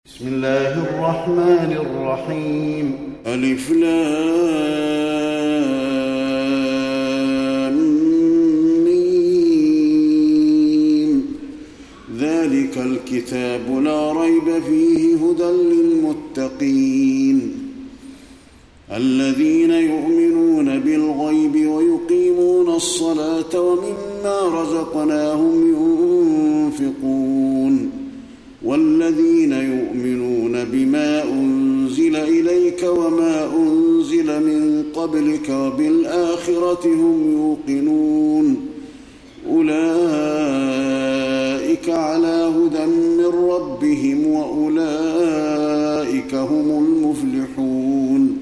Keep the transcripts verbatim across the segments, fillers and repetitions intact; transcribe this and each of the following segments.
بسم الله الرحمن الرحيم. ألف لام ميم. ذلك الكتاب لا ريب فيه هدى للمتقين الذين يؤمنون بالغيب ويقيمون الصلاة ومما رزقناهم ينفقون والذين يؤمنون بما أنزل إليك وما أنزل من قبلك وبالآخرة هم يوقنون أولئك على هدى من ربهم وأولئك هم المفلحون.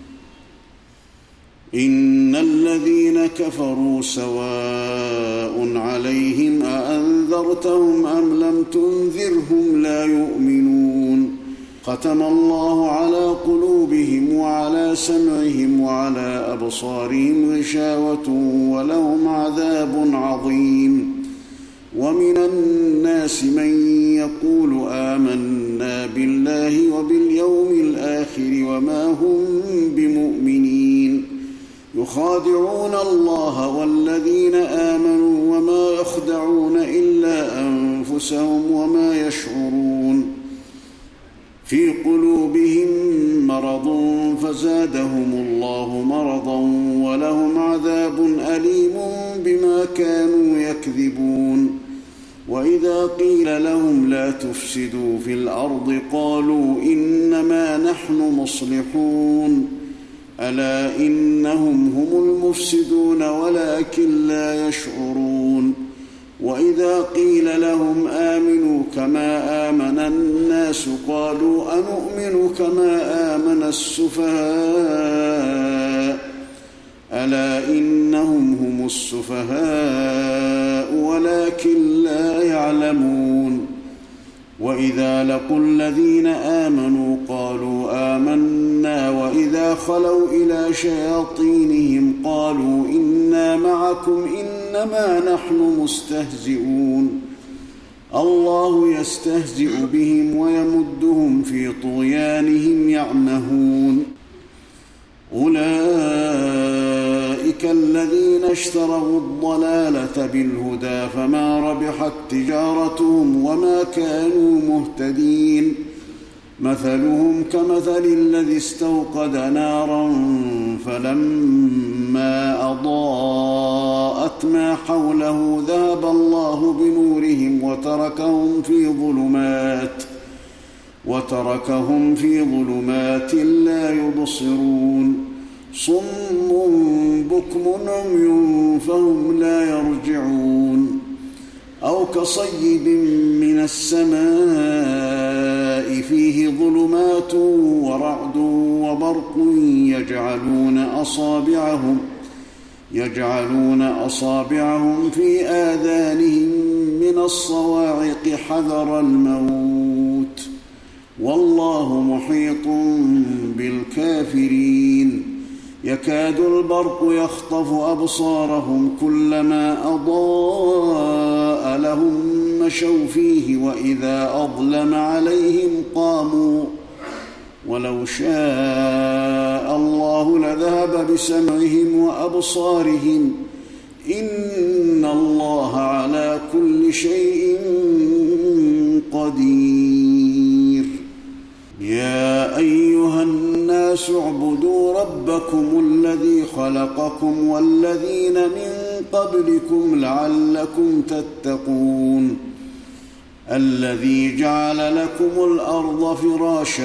إن الذين كفروا سواء عليهم أأنذرتهم أم لم تنذرهم لا يؤمنون. ختم الله على قلوبهم وعلى سمعهم وعلى أبصارهم غشاوة ولهم عذاب عظيم. ومن الناس من يقول آمنا بالله وباليوم الآخر وما هم بمؤمنين يخادعون الله والذين آمنوا وما يخدعون إلا أنفسهم وما يشعرون. في قلوبهم مرض فزادهم الله مرضا ولهم عذاب أليم بما كانوا يكذبون. وإذا قيل لهم لا تفسدوا في الأرض قالوا إنما نحن مصلحون ألا إنهم هم المفسدون ولكن لا يشعرون. وإذا قيل لهم آمنوا كما آمن الناس قالوا أنؤمن كما آمن السفهاء ألا إنهم هم السفهاء ولكن لا يعلمون. وإذا لقوا الذين آمنوا قالوا آمنا وإذا خلوا إلى شياطينهم قالوا إنا معكم إنما نحن مستهزئون. الله يستهزئ بهم ويمدهم في طغيانهم يعمهون. أولئك الذين اشتروا الضلالة بالهدى فما ربحت تجارتهم وما كانوا مهتدين. مثلهم كمثل الذي استوقد نارا فلما أضاءت ما حوله ذهب الله بنورهم وتركهم في ظلمات وتركهم في ظلمات لا يبصرون. صم بكم عمي فهم لا يرجعون. أو كصيب من السماء فيه ظلمات ورعد وبرق يجعلون أصابعهم يجعلون أصابعهم في آذانهم من الصواعق حذر الموت والله محيط بالكافرين. يكاد البرق يخطف أبصارهم كلما أضاء لهم مشوا فيه وإذا أظلم عليهم قاموا ولو شاء الله لذهب بسمعهم وأبصارهم إن الله على كل شيء قدير. يا أيها الناس اعبدوا ربكم الذي خلقكم والذين من قبلكم لعلكم تتقون. الذي جعل لكم الأرض فراشا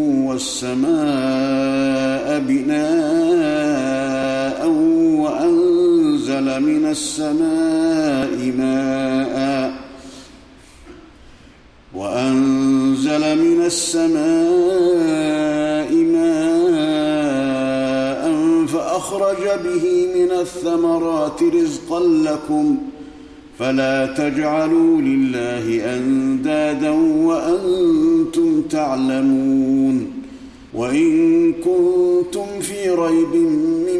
والسماء بناء وأنزل من السماء ماء وأنزل من السماء ماء فأخرج به من الثمرات رزقا لكم فلا تجعلوا لله أندادا وأنتم تعلمون. وإن كنتم في ريب مما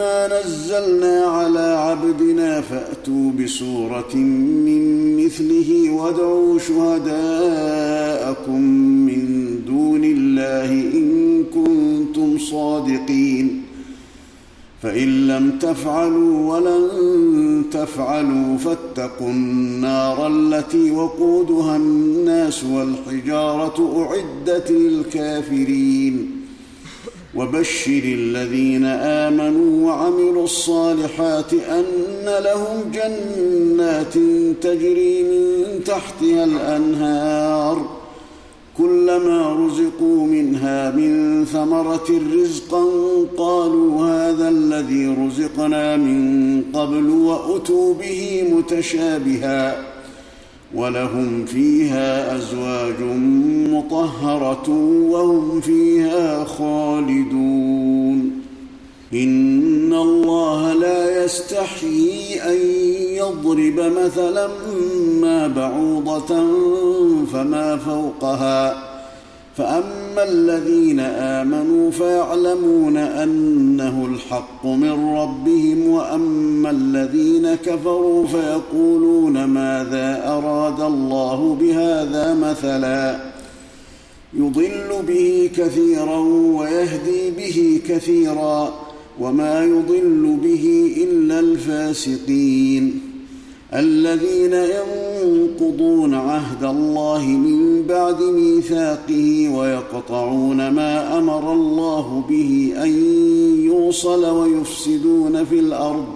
إنا نزلنا على عبدنا فأتوا بسورة من مثله وادعوا شهداءكم من دون الله إن كنتم صادقين فإن لم تفعلوا ولن تفعلوا فاتقوا النار التي وقودها الناس والحجارة أعدت للكافرين وبشر الذين آمنوا وعملوا الصالحات أن لهم جنات تجري من تحتها الأنهار كلما رزقوا منها من ثمرة رزقا قالوا هذا الذي رزقنا من قبل وأتوا به متشابها ولهم فيها أزواج مطهرة وهم فيها خالدون إن الله لا يستحيي أن يضرب مثلا ما بعوضة فما فوقها فأما الذين آمنوا فيعلمون أنه الحق من ربهم وأما الذين كفروا فيقولون ماذا أراد الله بهذا مثلا يضل به كثيرا ويهدي به كثيرا وما يضل به إلا الفاسقين الذين ينقضون عهد الله من بعد ميثاقه ويقطعون ما أمر الله به أن يوصل ويفسدون في الأرض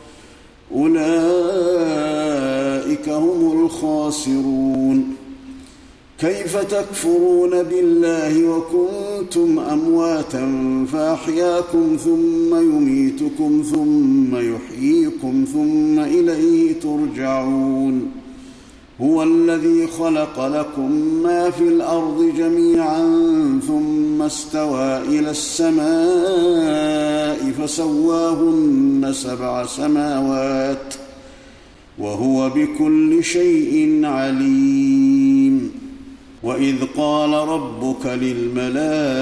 أولئك هم الخاسرون كيف تكفرون بالله وكنتم أمواتا فأحياكم ثم يميتكم ثم يحييكم ثم إليه ترجعون هو الذي خلق لكم ما في الأرض جميعا ثم استوى إلى السماء فسواهن سبع سماوات وهو بكل شيء عليم وإذ قال ربك للملائكة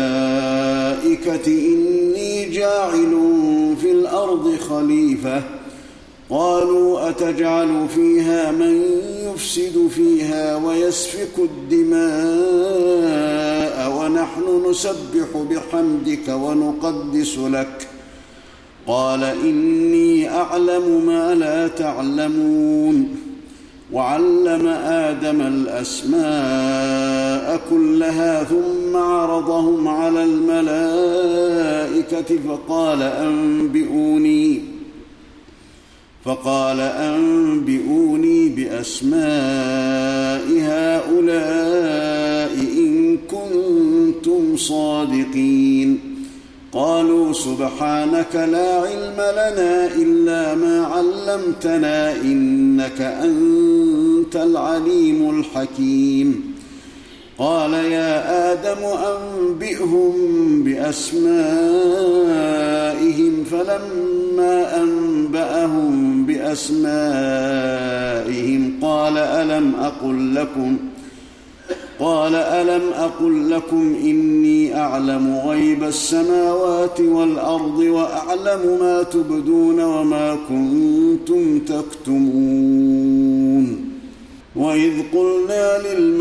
إني جاعل في الأرض خليفة قالوا أتجعل فيها من يفسد فيها ويسفك الدماء ونحن نسبح بحمدك ونقدس لك قال إني أعلم ما لا تعلمون وعلم آدم الأسماء كلها ثم عرضهم على الملائكة فقال أنبئوني فقال أنبئوني بأسماء هؤلاء إن كنتم صادقين قالوا سبحانك لا علم لنا إلا ما علمتنا إنك أنت العليم الحكيم قال يا آدم أنبئهم بأسمائهم فلما أنبأهم بأسمائهم قال ألم أقل لكم قال ألم أقل لكم إني أعلم غيب السماوات والأرض وأعلم ما تبدون وما كنتم تكتمون وإذ قلنا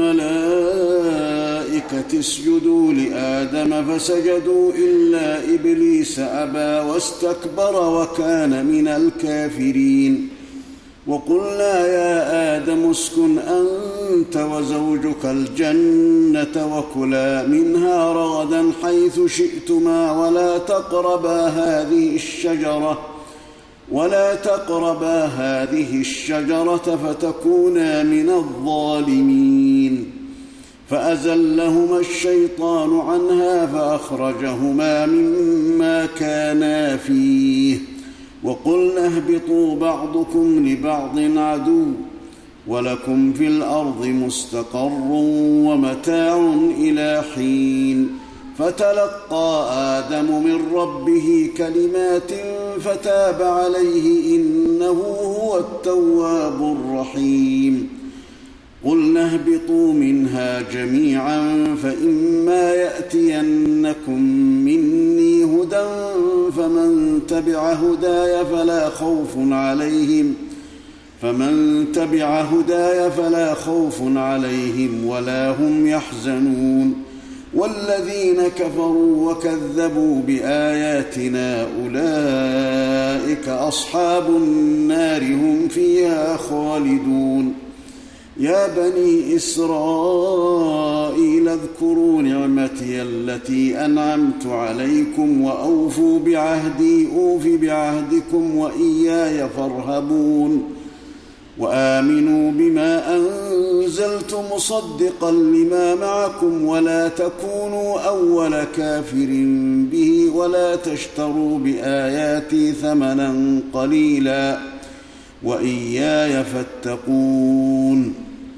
للملائكة اسجدوا لآدم فسجدوا إلا إبليس أبى واستكبر وكان من الكافرين وقلنا يا آدم اسكن أنت وزوجك الجنة وكلا منها رغدا حيث شئتما ولا تقربا هذه الشجرة ولا تقربا هذه الشجرة فتكونا من الظالمين فأزلهما الشيطان عنها فأخرجهما مما كانا فيه وقلنا اهبطوا بعضكم لبعض عدو ولكم في الأرض مستقر ومتاع إلى حين فتلقى آدم من ربه كلمات فتاب عليه إنه هو التواب الرحيم قلنا اهبطوا منها جميعا فإما يأتينكم مني هدى فمن تبع هداي فلا خوف عليهم فمن تبع هداي فلا خوف عليهم ولا هم يحزنون والذين كفروا وكذبوا بآياتنا أولئك أصحاب النار هم فيها خالدون يا بني إسرائيل اذكروا نعمتي التي أنعمت عليكم وأوفوا بعهدي أوف بعهدكم وإياي فارهبون وآمنوا بما أنزلت مصدقا لما معكم ولا تكونوا أول كافر به ولا تشتروا بآياتي ثمنا قليلا وإياي فاتقون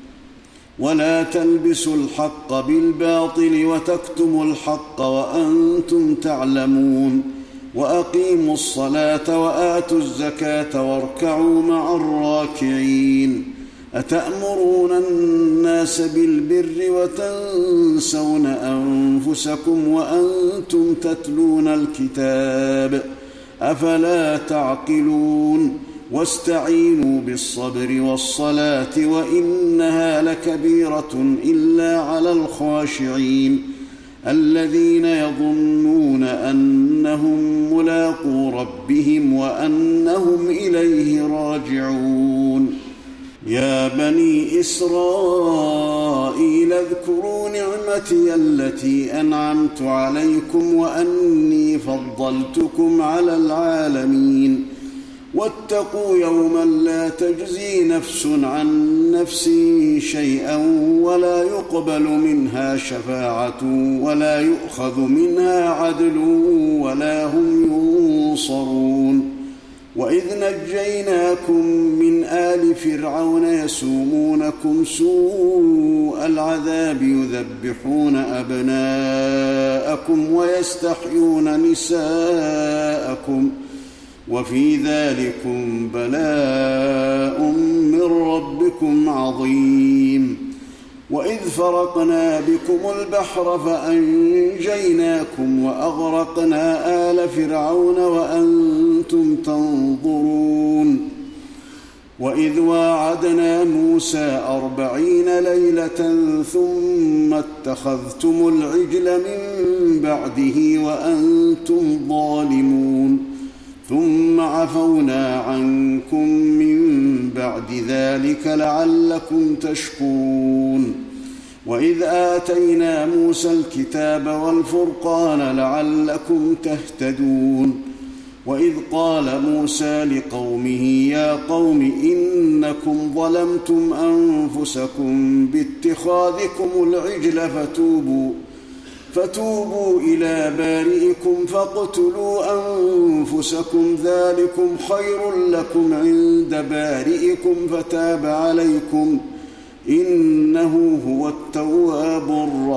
ولا تلبسوا الحق بالباطل وتكتموا الحق وأنتم تعلمون وأقيموا الصلاة وآتوا الزكاة واركعوا مع الراكعين أتأمرون الناس بالبر وتنسون أنفسكم وأنتم تتلون الكتاب أفلا تعقلون واستعينوا بالصبر والصلاة وإنها لكبيرة إلا على الخاشعين الذين يظنون أنهم ملاقو ربهم وأنهم إليه راجعون يا بني إسرائيل اذكروا نعمتي التي أنعمت عليكم وأني فضلتكم على العالمين واتقوا يوما لا تجزي نفس عن نفس شيئا ولا يقبل منها شفاعة ولا يؤخذ منها عدل ولا هم ينصرون وإذ نجيناكم من آل فرعون يسومونكم سوء العذاب يذبحون أبناءكم ويستحيون نساءكم وفي ذلكم بلاء من ربكم عظيم وإذ فرقنا بكم البحر فأنجيناكم وأغرقنا آل فرعون وأنتم تنظرون وإذ واعدنا موسى أربعين ليلة ثم اتخذتم العجل من بعده وأنتم ظالمون ثم عفونا عنكم من بعد ذلك لعلكم تشكرون وإذ آتينا موسى الكتاب والفرقان لعلكم تهتدون وإذ قال موسى لقومه يا قوم إنكم ظلمتم أنفسكم باتخاذكم العجل فتوبوا فتوبوا إلى بارئكم فاقتلوا أنفسكم ذلكم خير لكم عند بارئكم فتاب عليكم إنه هو التواب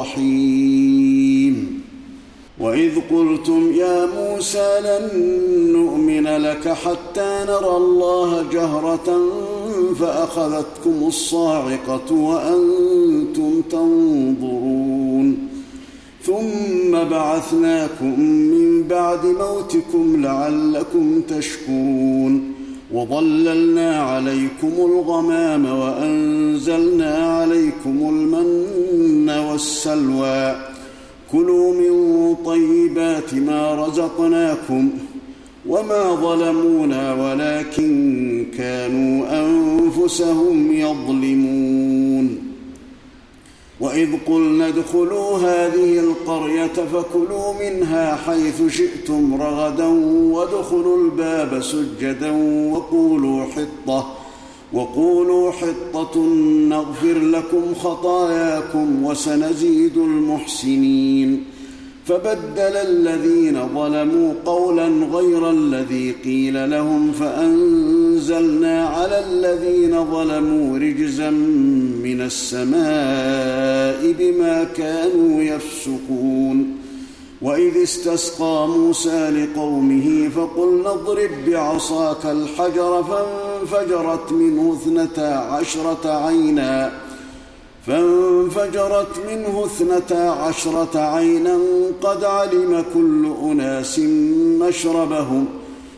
الرحيم وإذ قلتم يا موسى لن نؤمن لك حتى نرى الله جهرة فأخذتكم الصاعقة وأنتم تنظرون ثم بعثناكم من بعد موتكم لعلكم تشكرون وظللنا عليكم الغمام وأنزلنا عليكم المن والسلوى كلوا من طيبات ما رزقناكم وما ظلمونا ولكن كانوا أنفسهم يظلمون وإذ قلنا ادخلوا هذه القرية فكلوا منها حيث شئتم رغدا وادخلوا الباب سجدا وقولوا حطة وقولوا حطة نغفر لكم خطاياكم وسنزيد المحسنين فبدل الذين ظلموا قولا غير الذي قيل لهم فأنزلنا على الذين ظلموا رجزا من السماء بما كانوا يفسقون وإذ استسقى موسى لقومه فقلنا اضرب بعصاك الحجر فانفجرت منه اثنتا عشرة عينا فانفجرت منه اثنتا عشرة عينا قد علم كل أناس مشربهم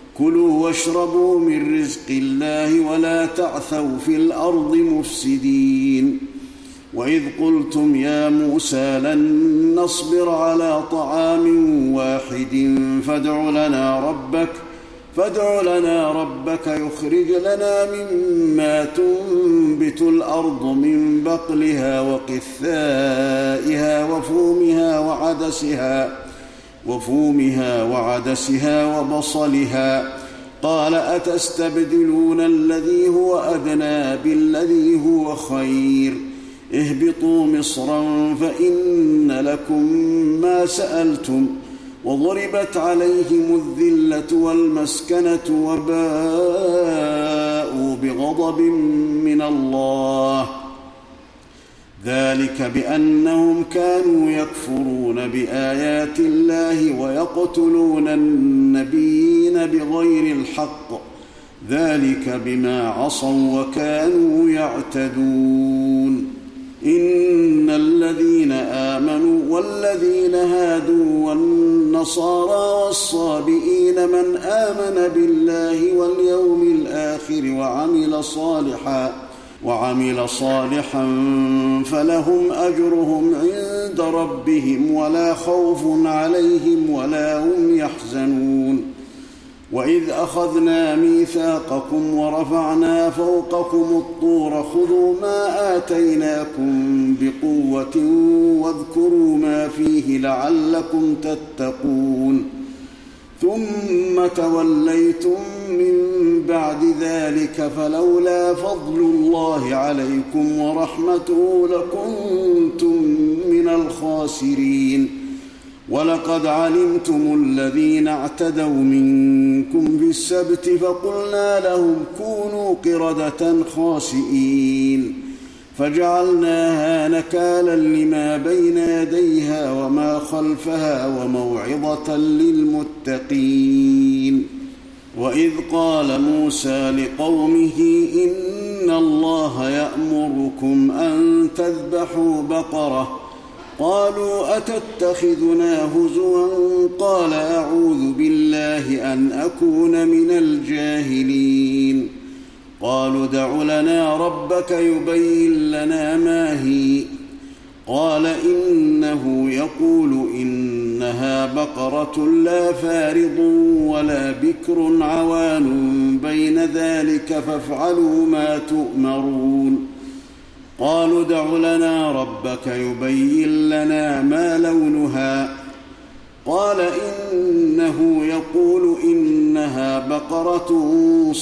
كلوا واشربوا من رزق الله ولا تعثوا في الأرض مفسدين. وإذ قلتم يا موسى لن نصبر على طعام واحد فادع لنا ربك فادع لنا ربك يخرج لنا مما تنبت الأرض من بقلها وقثائها وفومها وعدسها وفومها وعدسها وبصلها قال أتستبدلون الذي هو أدنى بالذي هو خير اهبطوا مصرا فإن لكم ما سألتم وضربت عليهم الذلة والمسكنة وباءوا بغضب من الله ذلك بأنهم كانوا يكفرون بآيات الله ويقتلون النبيين بغير الحق ذلك بما عصوا وكانوا يعتدون. إن الذين آمنوا والذين هادوا والنصارى والصابئين من آمن بالله واليوم الآخر وعمل صالحا وعمل صالحا فلهم أجرهم عند ربهم ولا خوف عليهم ولا هم يحزنون. وإذ أخذنا ميثاقكم ورفعنا فوقكم الطور خذوا ما آتيناكم بقوة واذكروا ما فيه لعلكم تتقون ثم توليتم من بعد ذلك فلولا فضل الله عليكم ورحمته لكنتم من الخاسرين. ولقد علمتم الذين اعتدوا منكم في السبت فقلنا لهم كونوا قردة خاسئين فجعلناها نكالا لما بين يديها وما خلفها وموعظة للمتقين. وإذ قال موسى لقومه إن الله يأمركم أن تذبحوا بقرة قالوا أتتخذنا هزوا قال أعوذ بالله أن أكون من الجاهلين. قالوا ادع لنا ربك يبين لنا ما هي قال إنه يقول إنها بقرة لا فارض ولا بكر عوان بين ذلك فافعلوا ما تؤمرون. قالوا ادع لنا ربك يبين لنا ما لونها قال إنه يقول إنها بقرة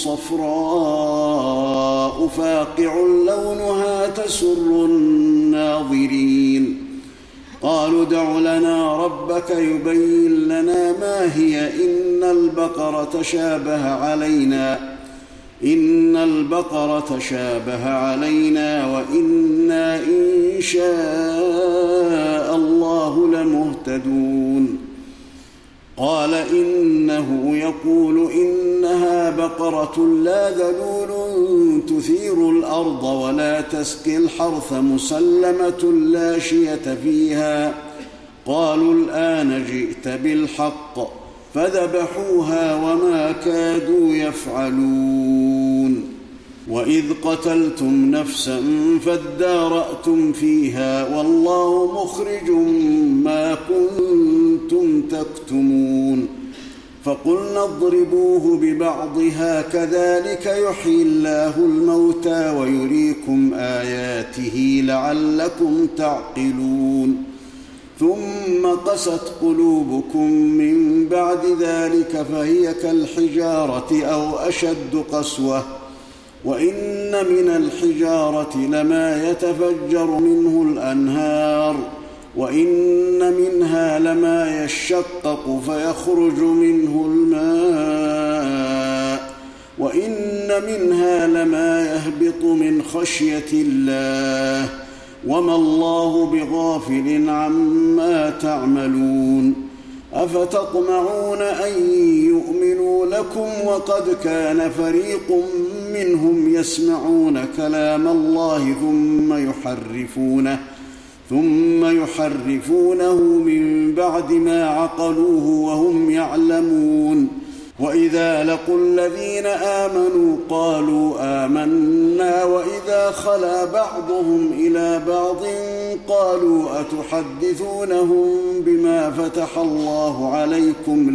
صفراء فاقع لونها تسر الناظرين. قالوا ادع لنا ربك يبين لنا ما هي إن البقرة شابه علينا إن البقرة شابه علينا وإنا إن شاء الله لمهتدون. قال إنه يقول إنها بقرة لا ذلول تثير الأرض ولا تسقي الحرث مسلمة لا شية فيها. قالوا الآن جئت بالحق فذبحوها وما كادوا يفعلون. وإذ قتلتم نفسا فادارأتم فيها والله مخرج ما كنتم تكتمون. فقلنا اضربوه ببعضها كذلك يحيي الله الموتى ويريكم آياته لعلكم تعقلون. ثم قست قلوبكم من بعد ذلك فهي كالحجارة أو أشد قسوة وإن من الحجارة لما يتفجر منه الأنهار وإن منها لما يشقق فيخرج منه الماء وإن منها لما يهبط من خشية الله وما الله بغافل عما تعملون. أفتطمعون أن يؤمنوا لكم وقد كان فريق منهم يسمعون كلام الله ثم يحرفونه ثم يحرفونه من بعد ما عقلوه وهم يعلمون. وإذا لقوا الذين آمنوا قالوا آمنا وإذا خلا بعضهم إلى بعض قالوا أتحدثونهم بما فتح الله عليكم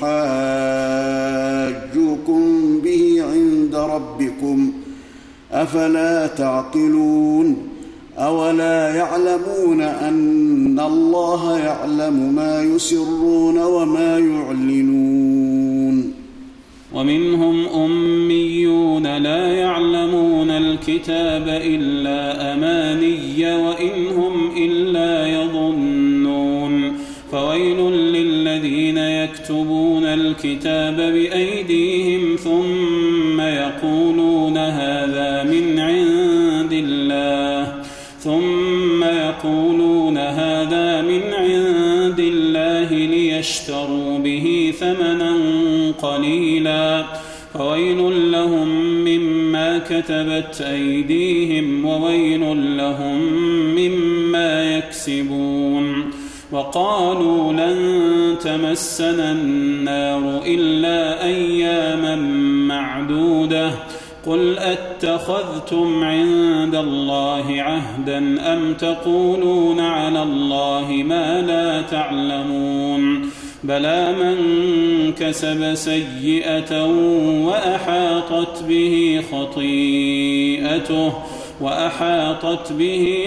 ليحاجوكم به عند ربكم أفلا تعقلون أولا يعلمون أن الله يعلم ما يسرون وما يعلنون ومنهم أميون لا يعلمون الكتاب إلا أماني وإن هم إلا يظنون فويل للذين يكتبون الكتاب بأيديهم ثم يقولون هذا من عند الله ثم يقولون هذا من عند الله ليشتروا به ثمنا قليلا فويل لهم مما كتبت أيديهم وويل لهم مما يكسبون وقالوا لن تمسنا النار إلا أياما معدودة قل أتخذتم عند الله عهدا أم تقولون على الله ما لا تعلمون بلى من كسب سيئة وأحاطت به خطيئته وأحاطت به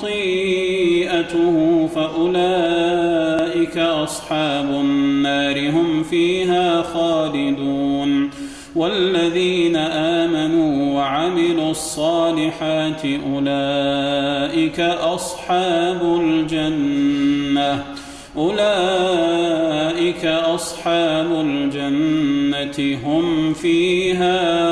خطيئته فأولئك أصحاب النار هم فيها خالدون والذين آمنوا وعملوا الصالحات أولئك أصحاب الجنة أولئك أصحاب الجنة هم فيها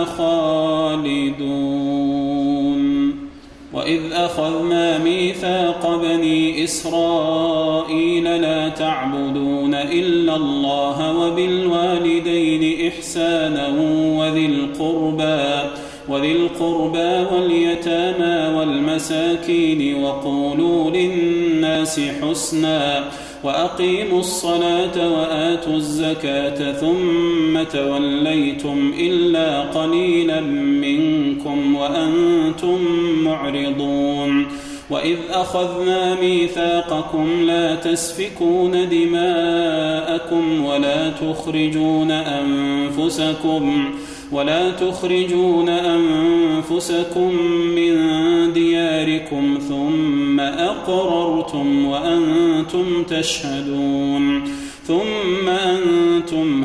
خالدون وإذ أخذنا ميثاق بني إسرائيل لا تعبدون إلا الله وبالوالدين إحسانا وذي القربى وذي القربى واليتامى والمساكين وقولوا للناس حسنا وأقيموا الصلاة وآتوا الزكاة ثم توليتم إلا قليلا منكم وأنتم معرضون وإذ أخذنا ميثاقكم لا تسفكون دماءكم ولا تخرجون أنفسكم ولا تخرجون أنفسكم من دياركم ثم أقررتم وأنتم تشهدون ثم أنتم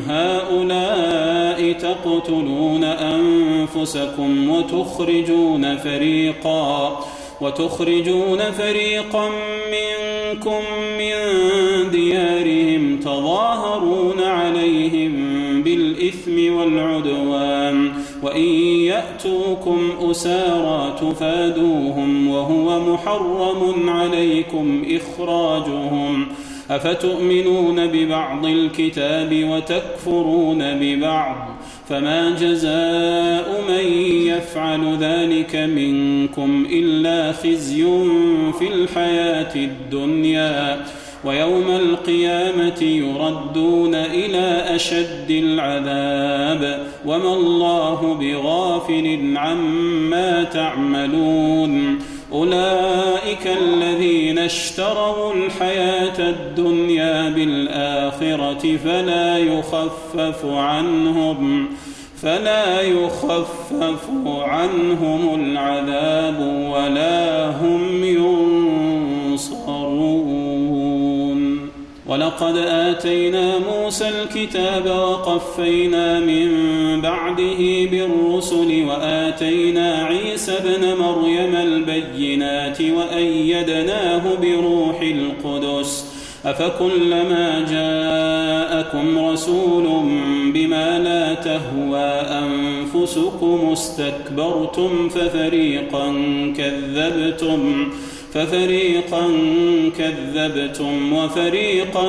هؤلاء تقتلون أنفسكم وتخرجون فريقا وتخرجون فريقا منكم من ديارهم تظاهرون عليهم بالإثم والعدوان وإن يأتوكم أسارى تفادوهم وهو محرم عليكم إخراجهم أفتؤمنون ببعض الكتاب وتكفرون ببعض فما جزاء من يفعل ذلك منكم إلا خزي في الحياة الدنيا ويوم القيامة يردون إلى أشد العذاب وما الله بغافل عما تعملون أولئك الذين اشتروا الحياة الدنيا بالآخرة فلا يخفف عنهم فلا يخفف عنهم العذاب ولا هم ينصرون ولقد آتينا موسى الكتاب وقفينا من بعده بالرسل وآتينا عيسى ابن مريم البينات وأيدناه بروح القدس أفكلما جاءكم رسول بما لا تهوى أنفسكم استكبرتم ففريقا كذبتم ففريقا كذبتم وفريقا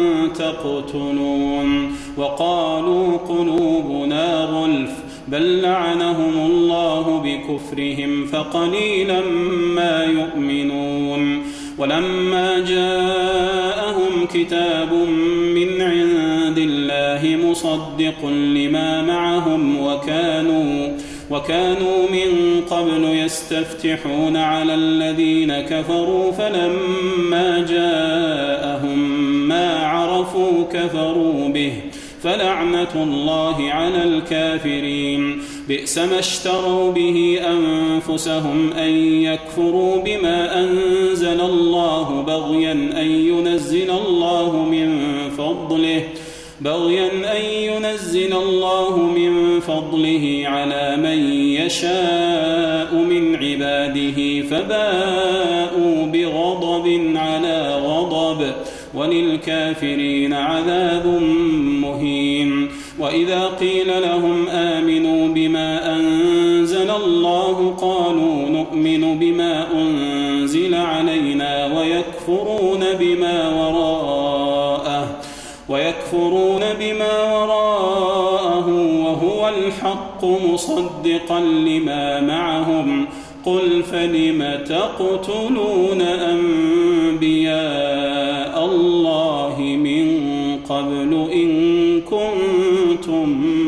تقتلون وقالوا قلوبنا غلف بل لعنهم الله بكفرهم فقليلا ما يؤمنون ولما جاءهم كتاب من عند الله مصدق لما معهم وكانوا وكانوا من قبل يستفتحون على الذين كفروا فلما جاءهم ما عرفوا كفروا به فلعنة الله على الكافرين. بئس ما اشتروا به أنفسهم أن يكفروا بما أنزل الله بغيا أن ينزل الله من فضله بغيا أن ينزل الله من فضله على من يشاء من عباده فباءوا بغضب على غضب وللكافرين عذاب مهين. وإذا قيل لهم آمنوا بما أنزل الله قالوا نؤمن بما أنزل علينا ويكفرون بما وراءه ويكفرون بما وراءه وهو الحق مصدقا لما معهم قل فلم تقتلون أنبياء الله من قبل إن كنتم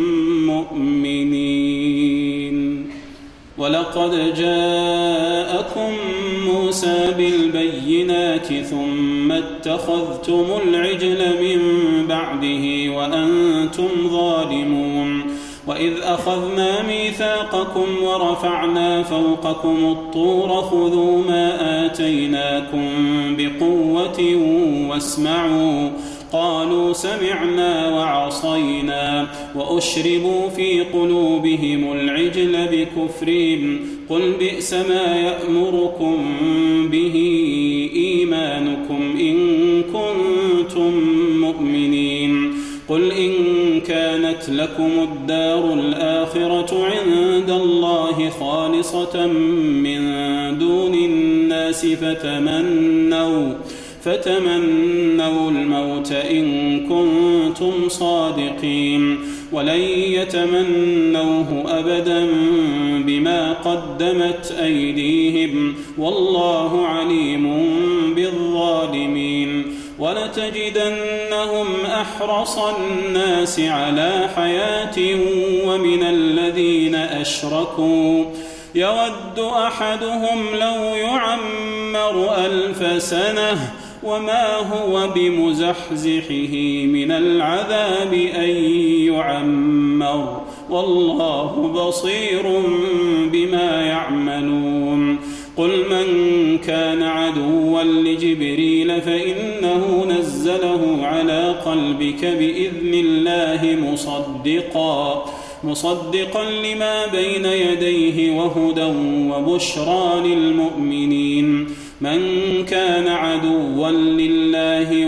مؤمنين. ولقد جاءكم موسى بالبينات ثم اتخذتم العجل من بعده وأنتم ظالمون. وإذ أخذنا ميثاقكم ورفعنا فوقكم الطور خذوا ما آتيناكم بقوة واسمعوا قالوا سمعنا وعصينا وأشربوا في قلوبهم العجل بكفرهم قل بئس ما يأمركم به إيمانكم إن كنتم مؤمنين. قل إن كانت لكم الدار الآخرة عند الله خالصة من دون الناس فتمنوا فتمنوا الموت إن كنتم صادقين ولن يتمنوه أبدا بما قدمت أيديهم والله عليم بالظالمين. ولتجدنهم أحرص الناس على حياة ومن الذين أشركوا يود أحدهم لو يعمر ألف سنة وما هو بمزحزحه من العذاب أن يعمر والله بصير بما يعملون. قل من كان عدوا لجبريل فإنه نزله على قلبك بإذن الله مصدقا مصدقا لما بين يديه وهدى وبشرى للمؤمنين. من كان عدوا لله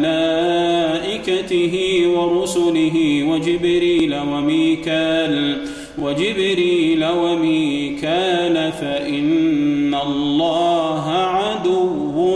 وملائكته ورسله وجبريل وميكال وجبريل وميكال فإن الله عدو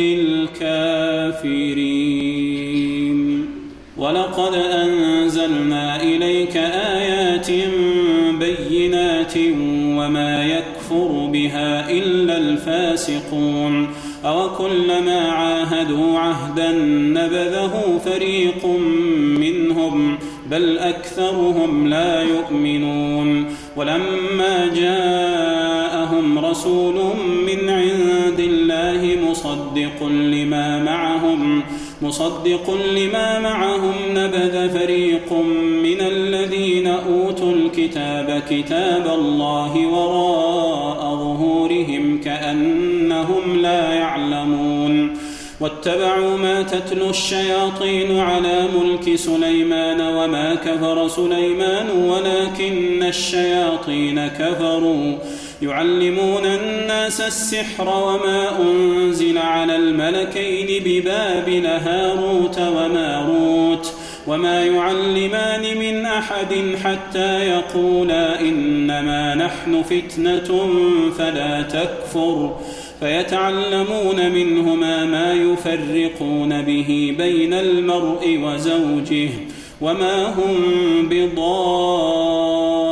للكافرين. ولقد أنزلنا إليك آيات بينات وما يكفر بها إلا الفاسقون. أوكلما عاهدوا عهدا نبذه فريق منهم بل أكثرهم لا يؤمنون. ولما جاءهم رسول من عند الله مصدق لما معهم مصدق لما معهم نبذ فريق من الذين أوتوا الكتاب كتاب الله وراء ظهورهم كأنهم لا يعلمون. واتبعوا ما تتلو الشياطين على ملك سليمان وما كفر سليمان ولكن الشياطين كفروا يعلمون الناس السحر وما أنزل على الملكين ببابل هاروت وماروت وما يعلمان من أحد حتى يقولا إنما نحن فتنة فلا تكفر فيتعلمون منهما ما يفرقون به بين المرء وزوجه وما هم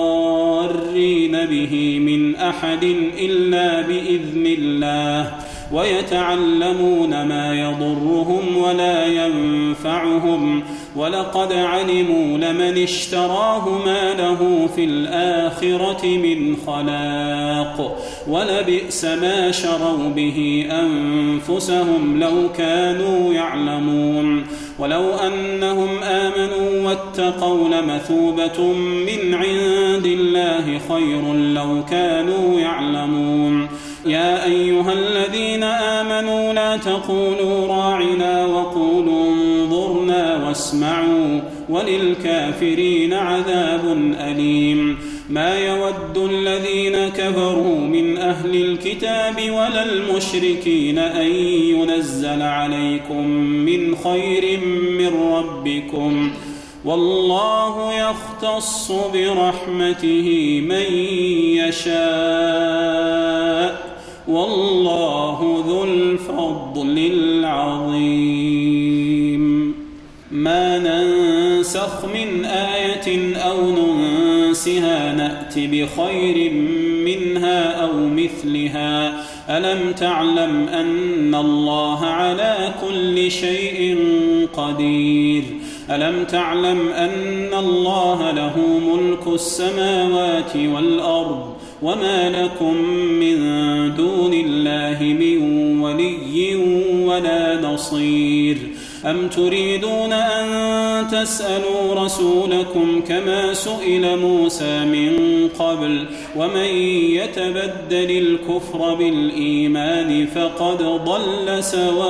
بضارين به من أحد إلا بإذن الله ويتعلمون ما يضرهم ولا ينفعهم ولقد علموا لمن اشتراه ما له في الآخرة من خلاق ولبئس ما شروا به أنفسهم لو كانوا يعلمون ولو أنهم آمنوا واتقوا لمثوبة من عند الله خير لو كانوا يعلمون يا أيها الذين آمنوا لا تقولوا راعنا وقولوا انظرنا واسمعوا وللكافرين عذاب أليم ما يود الذين كفروا من أهل الكتاب ولا المشركين أن ينزل عليكم من خير من ربكم والله يختص برحمته من يشاء والله ذو الفضل العظيم ما ننسخ من آية أو ننسها نأت بخير منها أو مثلها ألم تعلم أن الله على كل شيء قدير ألم تعلم أن الله له ملك السماوات والأرض وما لكم من دون الله من ولي ولا نصير أم تريدون أن تسألوا رسولكم كما سئل موسى من قبل ومن يتبدل الكفر بالإيمان فقد ضل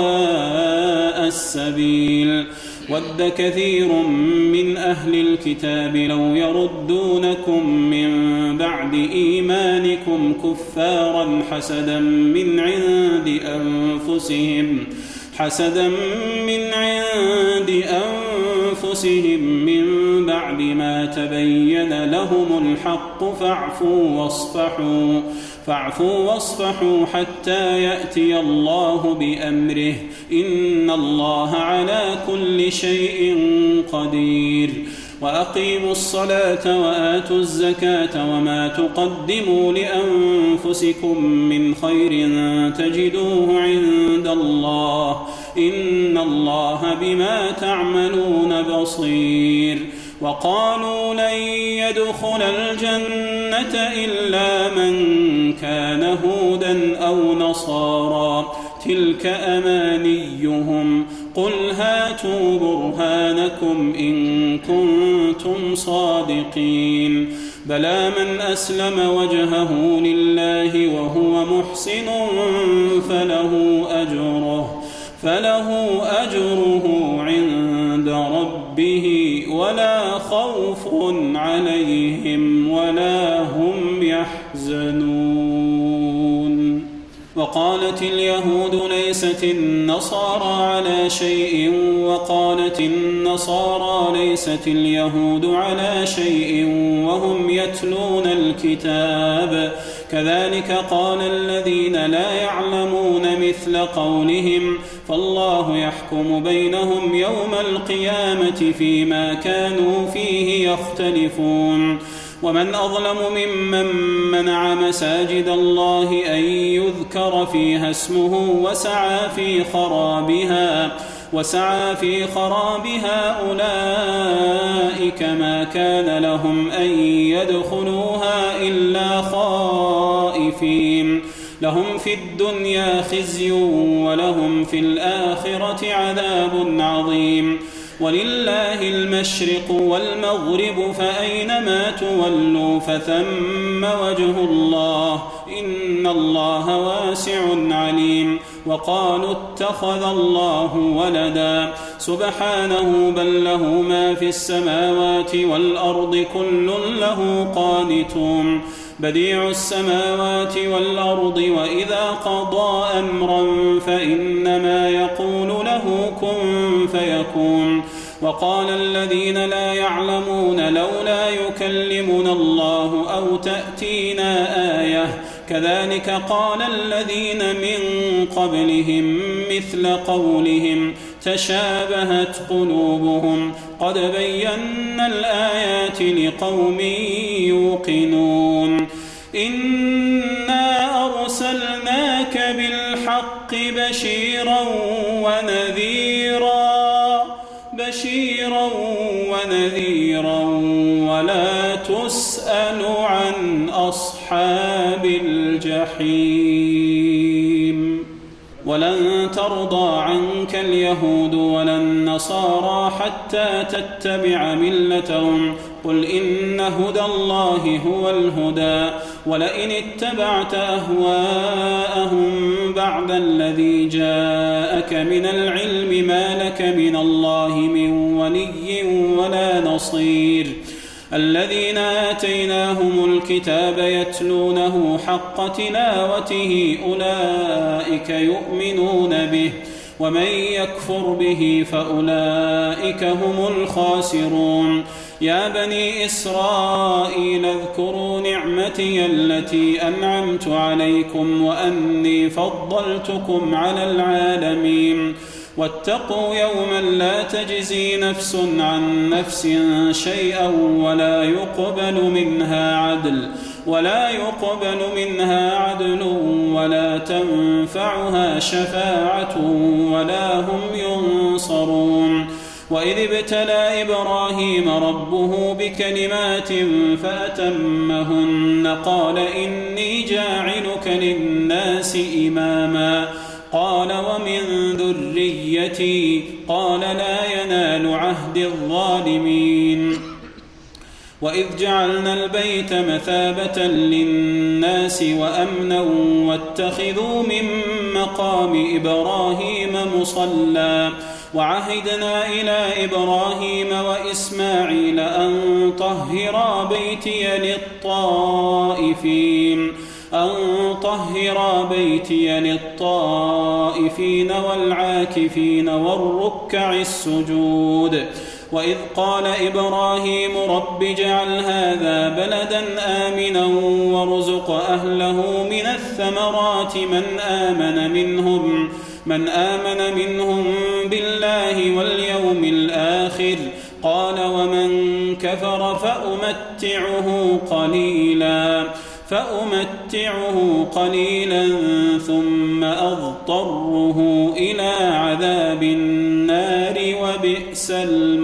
سواء السبيل ود كثير من أهل الكتاب لو يردونكم من بعد إيمانكم كفارا حسدا من عند أنفسهم حسدا من عند أنفسهم من بعد ما تبين لهم الحق فاعفوا واصفحوا فاعفوا واصفحوا حتى يأتي الله بأمره إن الله على كل شيء قدير وأقيموا الصلاة وآتوا الزكاة وما تقدموا لأنفسكم من خير تجدوه عند الله إن الله بما تعملون بصير وقالوا لن يدخل الجنة إلا من كان هودا أو نصارى تلك أمانيهم قل هاتوا برهانكم إن كنتم صادقين بلى من أسلم وجهه لله وهو محسن فله أجره فله أجره عند ربه ولا خوف عليهم ولا هم يحزنون وقالت اليهود ليست النصارى على شيء وقالت النصارى ليست اليهود على شيء وهم يتلون الكتاب كذلك قال الذين لا يعلمون مثل قولهم فالله يحكم بينهم يوم القيامة فيما كانوا فيه يختلفون ومن أظلم ممن منع مساجد الله أن يذكر فيها اسمه وسعى في خرابها وسعى في خرابها أولئك ما كان لهم أن يدخلوها إلا خائفين لهم في الدنيا خزي ولهم في الآخرة عذاب عظيم ولله المشرق والمغرب فأينما تولوا فثم وجه الله إن الله واسع عليم وقالوا اتخذ الله ولدا سبحانه بل له ما في السماوات والأرض كل له قانتون بديع السماوات والأرض وإذا قضى أمرا فإنما يقول له كن فيكون وقال الذين لا يعلمون لولا يكلمنا الله أو تأتينا آية كذلك قال الذين من قبلهم مثل قولهم تشابهت قلوبهم قد بينا الآيات لقوم يوقنون إنا أرسلناك بالحق بالحق بشيرا ونذيرا بشيرا ونذيرا ولا تسأل عن أصحاب الجحيم. ولن ترضى عنك اليهود ولا النصارى حتى تتبع ملتهم قل إن هدى الله هو الهدى ولئن اتبعت أهواءهم بعد الذي جاءك من العلم ما لك من الله من ولي ولا نصير. الذين آتيناهم الكتاب يتلونه حق تلاوته أولئك يؤمنون به ومن يكفر به فأولئك هم الخاسرون. يا بني إسرائيل اذكروا نعمتي التي أنعمت عليكم وأني فضلتكم على العالمين. واتقوا يوما لا تجزي نفس عن نفس شيئا ولا يقبل منها عدل ولا يقبل منها عدل ولا تنفعها شفاعة ولا هم ينصرون. وإذ ابتلى إبراهيم ربه بكلمات فأتمهن قال إني جاعلك للناس إماما قال ومن ذريتي قال لا ينال عهد الظالمين. وإذ جعلنا البيت مثابة للناس وأمنا واتخذوا من مقام إبراهيم مصلى وعهدنا إلى إبراهيم وإسماعيل أن طهرا بيتي للطائفين أن طهرا بيتي للطائفين والعاكفين والركع السجود. وإذ قال إبراهيم رب اجعل هذا بلدا آمنا وارزق أهله من الثمرات من آمن منهم من آمن منهم بالله واليوم الآخر قال ومن كفر فأمتعه قليلا فأمتعه قليلا ثم أضطره إلى عذاب النار وبئس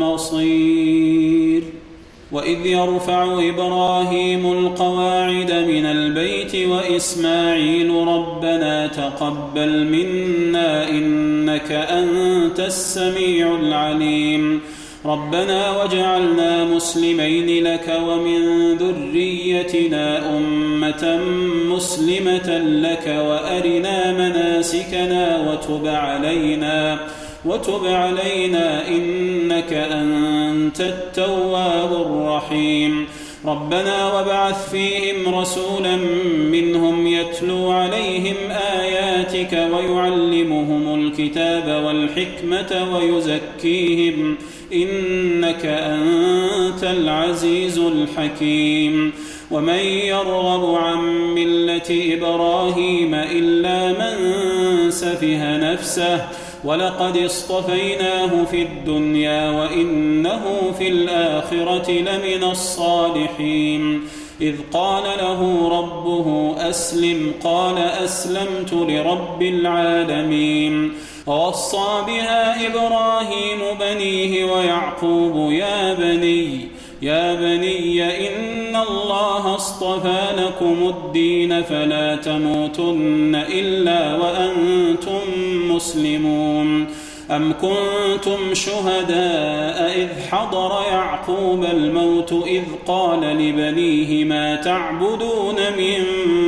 المصير. وإذ يرفع إبراهيم القواعد من البيت وإسماعيل ربنا تقبل منا إنك أنت السميع العليم. ربنا واجعلنا مسلمين لك ومن ذريتنا أمة مسلمة لك وأرنا مناسكنا وتب علينا وتب علينا إنك أنت التواب الرحيم. ربنا وابعث فيهم رسولا منهم يتلو عليهم آياتك ويعلمهم الكتاب والحكمة ويزكيهم إنك أنت العزيز الحكيم. ومن يرغب عن ملة إبراهيم إلا من سفه نفسه ولقد اصطفيناه في الدنيا وإنه في الآخرة لمن الصالحين. إذ قال له ربه أسلم قال أسلمت لرب العالمين. ووصى بها إبراهيم بنيه ويعقوب يا بني يا بني إن الله اصطفى لكم الدين فلا تموتن إلا وأنتم مسلمون. أم كنتم شهداء إذ حضر يعقوب الموت إذ قال لبنيه ما تعبدون من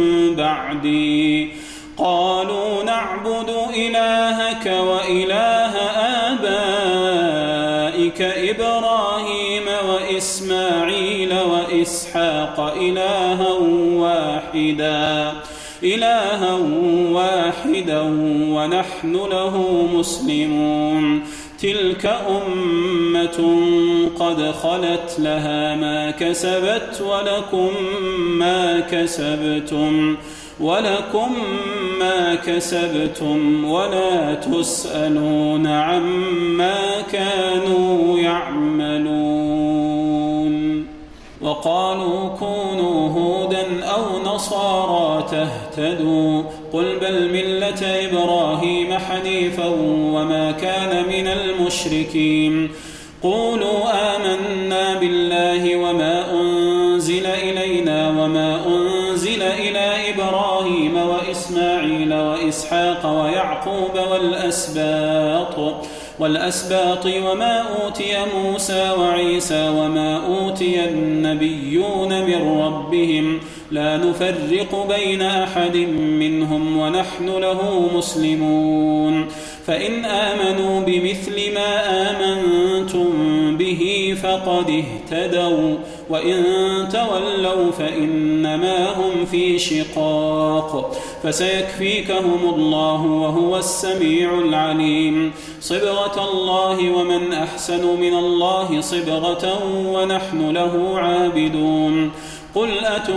بعدي قالوا نعبد إلهك وإله آبائك إبراهيم وإسماعيل وإسحاق إلها واحدا إلها واحدا ونحن له مسلمون. تلك أمة قد خلت لها ما كسبت ولكم ما كسبتم ولكم ما كسبتم ولا تسألون عما كانوا يعملون. وقالوا كونوا هودا أو نصارى تهتدوا قل بل ملة إبراهيم حنيفا وما كان من المشركين قولوا آمنا بالله وما أنزل إلينا وما أنزل إلى إبراهيم وإسماعيل وإسحاق ويعقوب والأسباط والأسباط وما أوتي موسى وعيسى وما أوتي النبيون من ربهم لا نفرق بين أحد منهم ونحن له مسلمون فإن آمنوا بمثل ما آمنتم به فقد اهتدوا وإن تولوا فإنما هم في شقاق فسيكفيكهم الله وهو السميع العليم صبغة الله ومن أحسن من الله صبغة ونحن له عابدون قل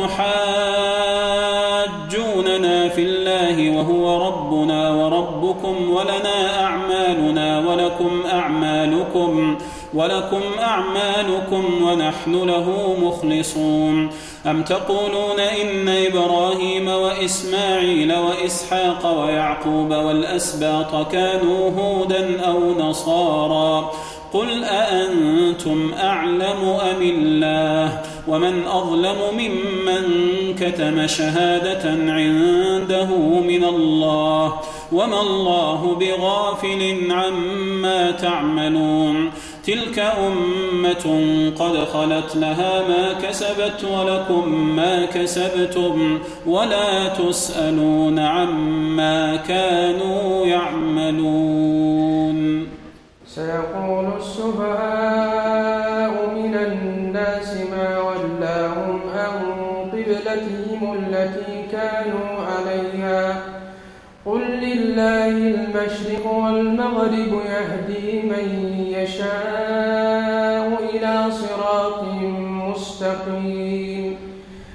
أتحاجوننا في الله وهو ربنا وربكم ولنا أعمالنا ولكم أعمالكم ولكم أعمالكم ونحن له مخلصون أم تقولون إن إبراهيم وإسماعيل وإسحاق ويعقوب والأسباط كانوا هودا أو نصارى قل أأنتم أعلم أم الله ومن أظلم ممن كتم شهادة عنده من الله وما الله بغافل عما تعملون تلك أمة قد خلت لها ما كسبت ولكم ما كسبتم ولا تسألون عما كانوا يعملون سيقول السفهاء من الناس ما ولاهم عن قبلتهم التي كانوا عليها قل لله المشرق والمغرب يهدي من يشاء إلى صراط مستقيم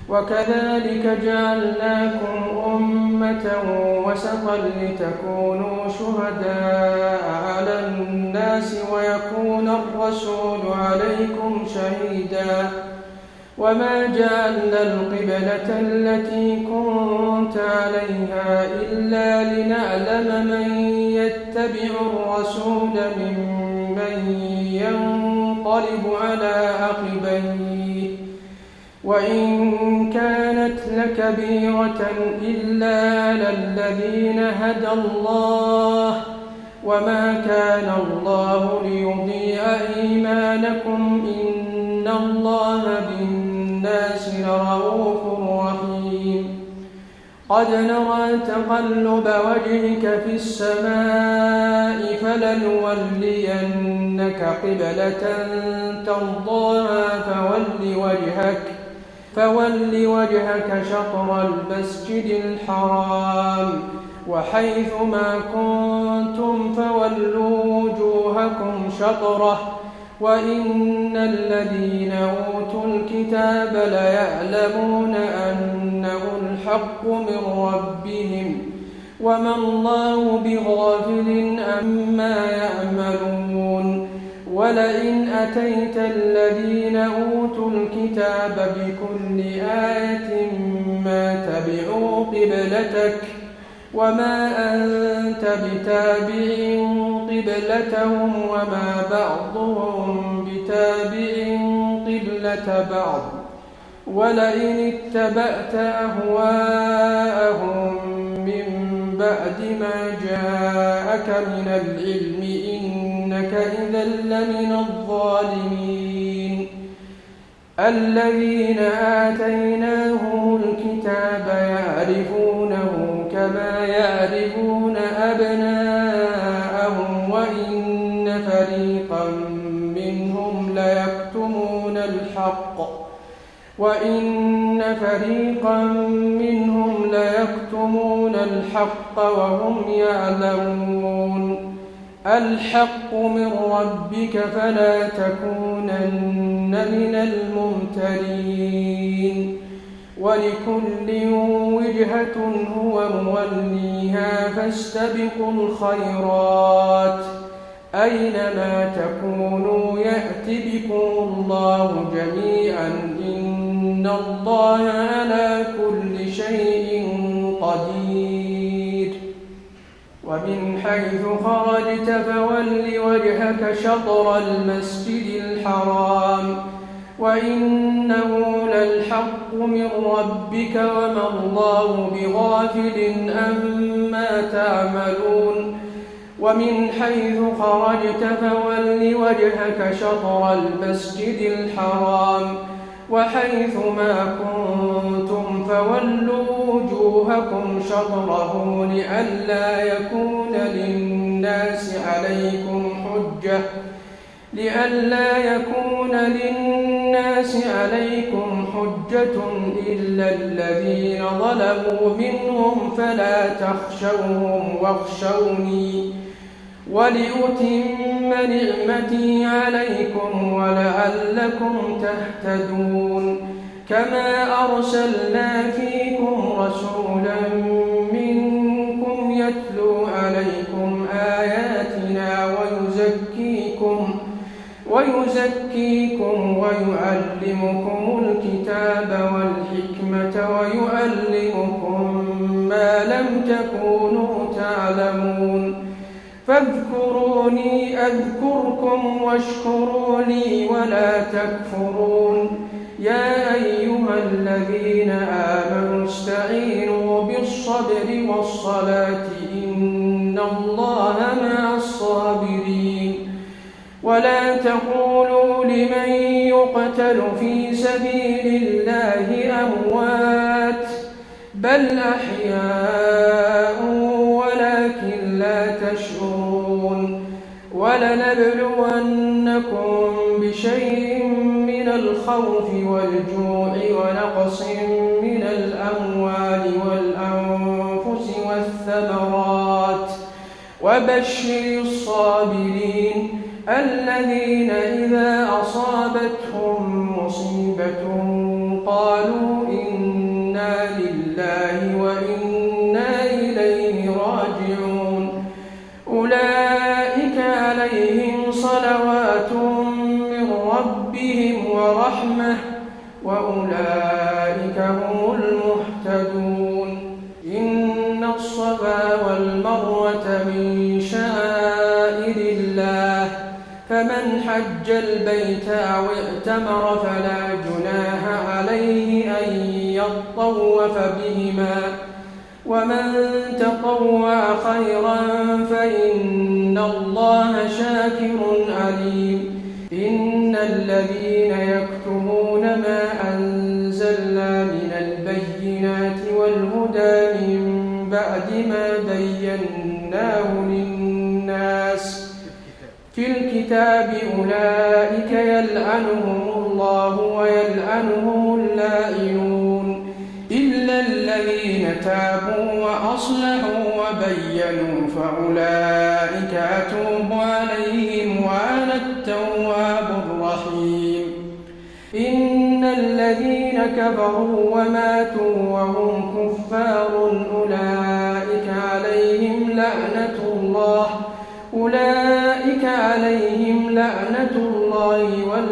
وكذلك جعلناكم أمة وسطا لتكونوا شهداء على الناس ويكون الرسول عليكم شهيدا وما جعلنا القبلة التي كنت عليها إلا لنعلم من يتبع الرسول ممن ينقلب على عقبيه وإن كانت لكبيرة إلا على الذين هدى الله وما كان الله ليضيع إيمانكم إن الله بالناس لرؤوف رحيم قد نرى تقلب وجهك في السماء فلنولينك قبلة ترضاها فول وجهك فول وجهك شطر المسجد الحرام وحيث ما كنتم فولوا وجوهكم شطره وإن الذين أوتوا الكتاب ليعلمون أنه الحق من ربهم وما الله بغافل عما يعملون ولئن أتيت الذين أوتوا الكتاب بكل آية ما تبعوا قبلتك وما أنت بتابع قبلتهم وما بعضهم بتابع قبلة بعض ولئن اتبعت أهواءهم من بعد ما جاءك من العلم إنك إذا لمن الظالمين الذين آتيناهم الكتاب يعرفونه كما يعرفون أبناءهم وإن فريقا منهم ليكتمون الحق وإن فريقا منهم ليكتمون الحق وهم يعلمون الحق من ربك فلا تكونن من الممترين ولكل وجهة هو موليها فاستبقوا الخيرات أينما تكونوا يأت بكم الله جميعا إن الله على كل شيء حيث خرجت فول وجهك شطر المسجد الحرام وإنه للحق من ربك وما الله بغافل عما تعملون ومن حيث خرجت فول وجهك شطر المسجد الحرام وحيث ما كنتم فولوا وجوهكم شطره لئلا يكون للناس عليكم حجة لئلا يكون للناس عليكم حجة إلا الذين ظلموا منهم فلا تخشوهم واخشوني ولأتم نعمتي عليكم ولعلكم تهتدون كما أرسلنا فيكم رسولا منكم يتلو عليكم آياتنا ويزكيكم ويزكيكم ويعلمكم الكتاب والحكمة ويعلمكم ما لم تكونوا تعلمون فاذكروني أذكركم واشكروا لي ولا تكفرون يا أيها الذين آمنوا استعينوا بالصبر والصلاة إن الله مع الصابرين ولا تقولوا لمن يقتل في سبيل الله أموات بل أحياء ولكن لا تشعرون ولنبلونكم بشيء من الخوف والجوع ونقص من الأموال والأنفس والثمرات وبشر الصابرين الذين إذا أصابتهم مصيبة قالوا إنا لله وإنا إليه راجعون أولئك عليهم صلوات من ربهم ورحمة وأولئك هم المهتدون إن الصفا والمروة من شعائر الله فمن حج البيت أو ائتمر فلا جناح عليه أن يطوف بهما ومن تطوع خيرا فإن الله شاكر عليم إن الذين يكتمون ما أنزلنا من البينات والهدى من بعد ما بيناه للناس في الكتاب أولئك يلعنهم الله ويلعنهم اللائنون إلا الذين تابوا وأصلحوا وبينوا فأولئك أتوب عليهم وأنا التواب الرحيم إن الذين كفروا وماتوا وهم كفار أولئك عليهم لعنة الله أولئك عليهم لعنة الله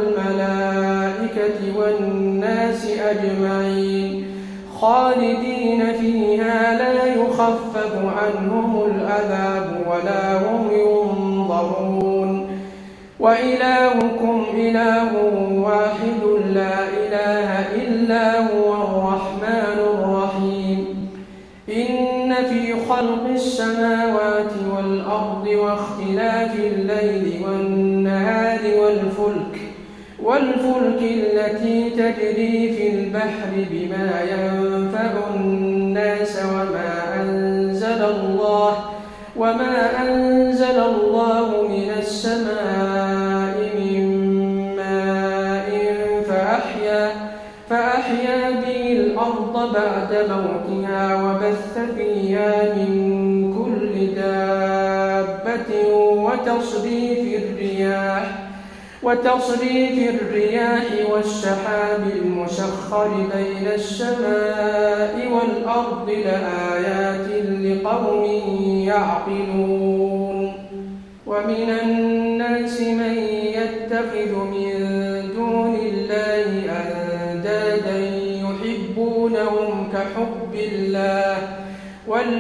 والملائكة والناس أجمعين خالدين فيها لا يخفف عنهم العذاب ولا هم ينظرون وإلهكم إله واحد لا إله إلا هو الرحمن الرحيم إن في خلق السماوات والأرض واختلاف الليل والنهار والفلك والفلك التي تجري في البحر بما ينفع الناس وما أنزل الله وما أنزل الله من السماء من ماء فأحيا فأحيا به الأرض بعد موتها وبث فيها من كل دابة وتصريف الرياح وتصريف الرياح والسحاب المسخر بين السماء والأرض لآيات لقوم يعقلون ومن الناس من يتخذ من دون الله أندادا يحبونهم كحب الله والذين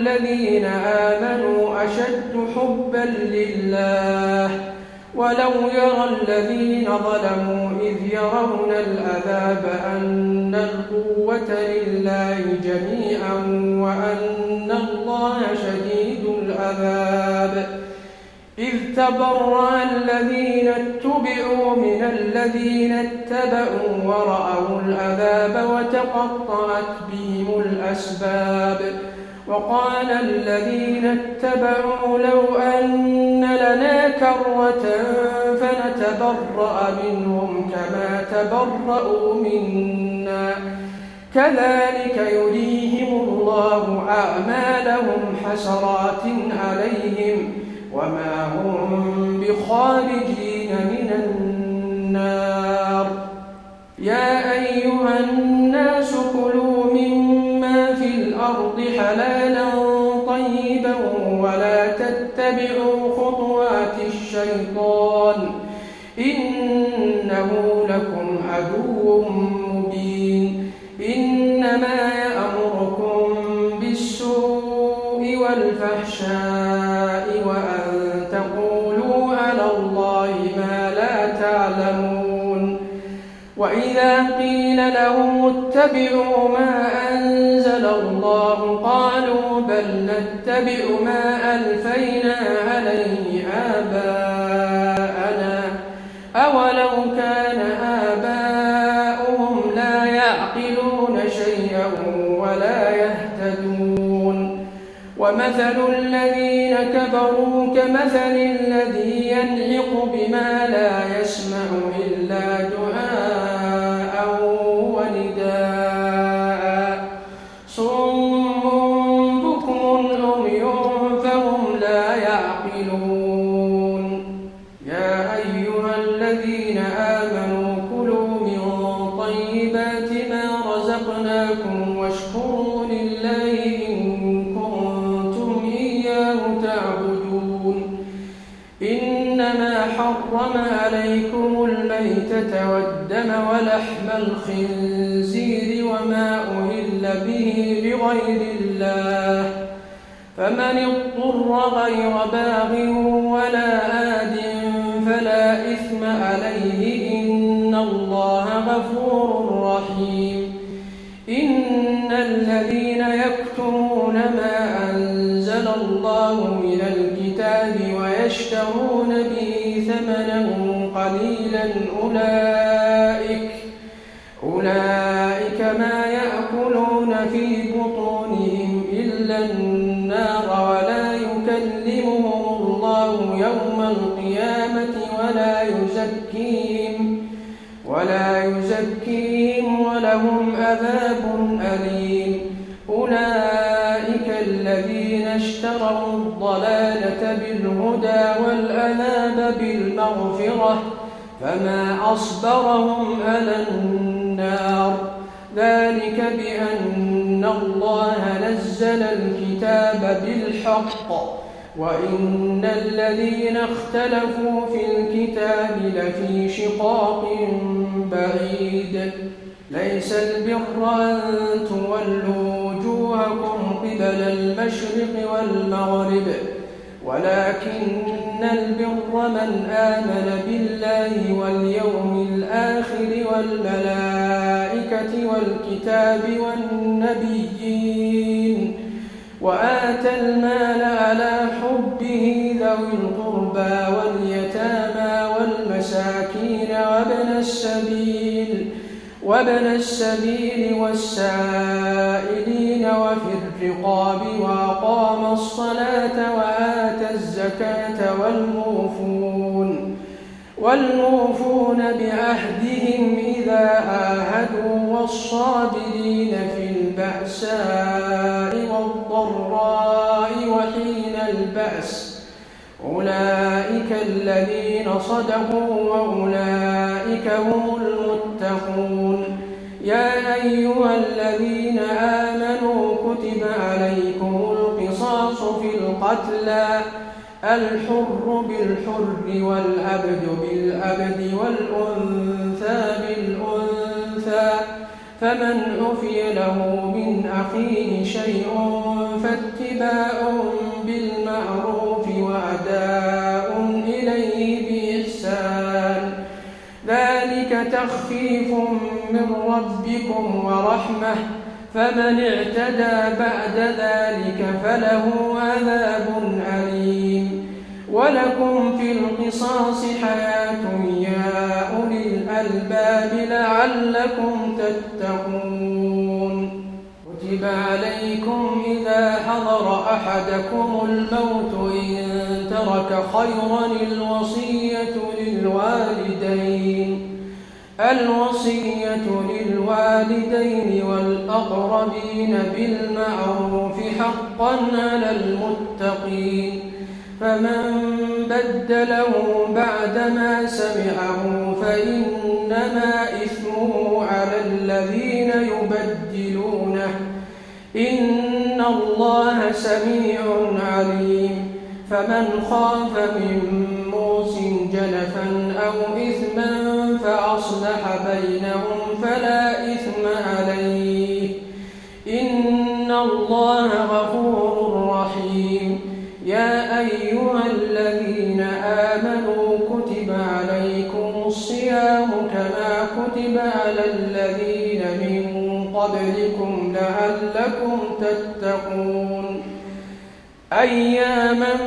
الذين آمنوا أشد حبا لله ولو يرى الذين ظلموا إذ يرون العذاب أن القوة لله جميعا وأن الله شديد العذاب إذ تبرأ الذين اتبعوا من الذين اتبعوا ورأوا العذاب وتقطعت بهم الأسباب وقال الذين اتبعوا لو أن لنا كرة فنتبرأ منهم كما تبرأوا منا كذلك يريهم الله أعمالهم حسرات عليهم وما هم بخارجين من النار يا أيها الناس كلوا مما في الأرض حلالا طيبا ولا تتبعوا خطوات الشيطان إنه لكم عدو مبين إنما يأمركم بالسوء والفحشاء وأن تقولوا على الله ما لا تعلمون وإذا قيل لهم اتبعوا ما أنزل الله قالوا بل نتبع ما ألفينا عليه آباءنا أولو كان آباؤهم لا يعقلون شيئا ولا يهتدون ومثل الذين كفروا كمثل الذي ينعق بما لا يسمع إلا دعاء ونداء صم بكم عمي فهم لا يعقلون يا أيها الذين آمنوا كلوا من طيبات ما رزقناكم واشكروا لله إن كنتم إياه تعبدون إنما حرم عليكم الميتة والدم ولحم الخنزير وما أهل به لغير الله فمن اضطر غير باغ ولا آد فلا إثم عليه إن الله غفور رحيم إن الذين يكتمون ما أنزل الله من الكتاب ويشترون به ثمنا قليلا أولئك أولئك ما يأكلون في بطونهم إلا النار ولا يكلمهم الله يوم القيامة ولا يزكيهم ولا يزكيهم ولهم عذاب أليم أولئك الذين اشتروا الضلالة بالهدى والعذاب بالمغفرة فما أصبرهم على النار ذلك بأن الله نزل الكتاب بالحق وإن الذين اختلفوا في الكتاب لفي شقاق بعيد ليس البر أن تولوا وجوهكم قبل المشرق والمغرب ولكن البر من آمن بالله واليوم الآخر والملائكة والكتاب والنبيين وآتى المال على حبه ذوي القربى واليتامى والمساكين وابن السبيل وابن السبيل والسائلين وفي الرقاب وأقام الصلاة وآتى الزكاة والموفون والموفون بعهدهم إذا عاهدوا والصابرين في البأساء والضراء وحين البأس أولئك الذين صدقوا وأولئك هم المتقون يا أيها الذين آمنوا كتب عليكم القصاص في القتلى الحر بالحر والعبد بالعبد والأنثى بالأنثى فمن عفي له من أخيه شيء فاتباع بالمعروف وأداء إليه بإحسان ذلك تخفيف من ربكم ورحمة فمن اعتدى بعد ذلك فله عذاب أليم ولكم في القصاص حياة يا أولي الألباب لعلكم تتقون كتب عليكم إذا حضر أحدكم الموت إن ترك خيرا الوصية للوالدين الوصية للوالدين والأقربين بالمعروف حقا على المتقين فمن بدله بعدما سمعه فإنما إثمه على الذين يبدلونه إن الله سميع عليم فمن خاف من موص جنفا أو إثما فأصلح بينهم فلا إثم عليه إن الله غفور رحيم يا أيها الذين آمنوا كتب عليكم الصيام كما كتب على الذين من قبلكم لعلكم تتقون أياما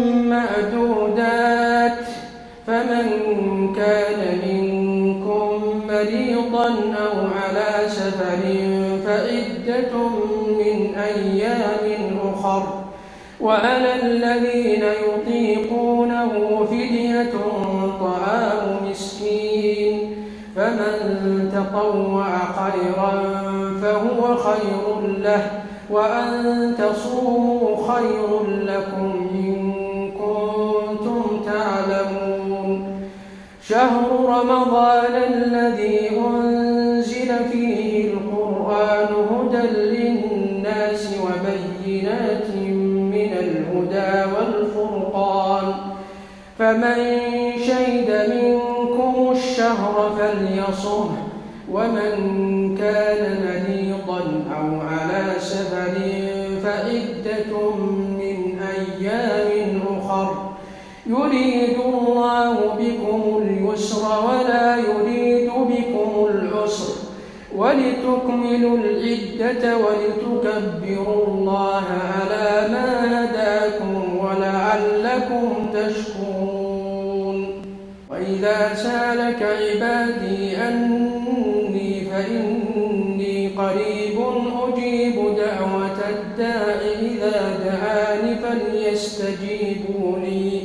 معدودات فمن كان منكم مريضا أو على سفر فعدة من أيام أخر وعلى الذين يطيقونه فدية طعام مسكين فمن تطوع خيرا فهو خير له وأن تصوموا خير لكم إن كنتم تعلمون شهر رمضان الذي أنزل فيه القرآن هدى للناس وبينات من الهدى والفرقان فمن شهد منكم الشهر فليصمه ومن كان مريضا أو على سفر فعدة من أيام أخر يريد الله بكم اليسر ولا يريد بكم العسر ولتكملوا العدة ولتكبروا الله على ما هداكم ولعلكم تشكرون وإذا سألك عبادي أني فإني قريب أجيب دعوة الداع إذا دعاني فليستجيبوا لي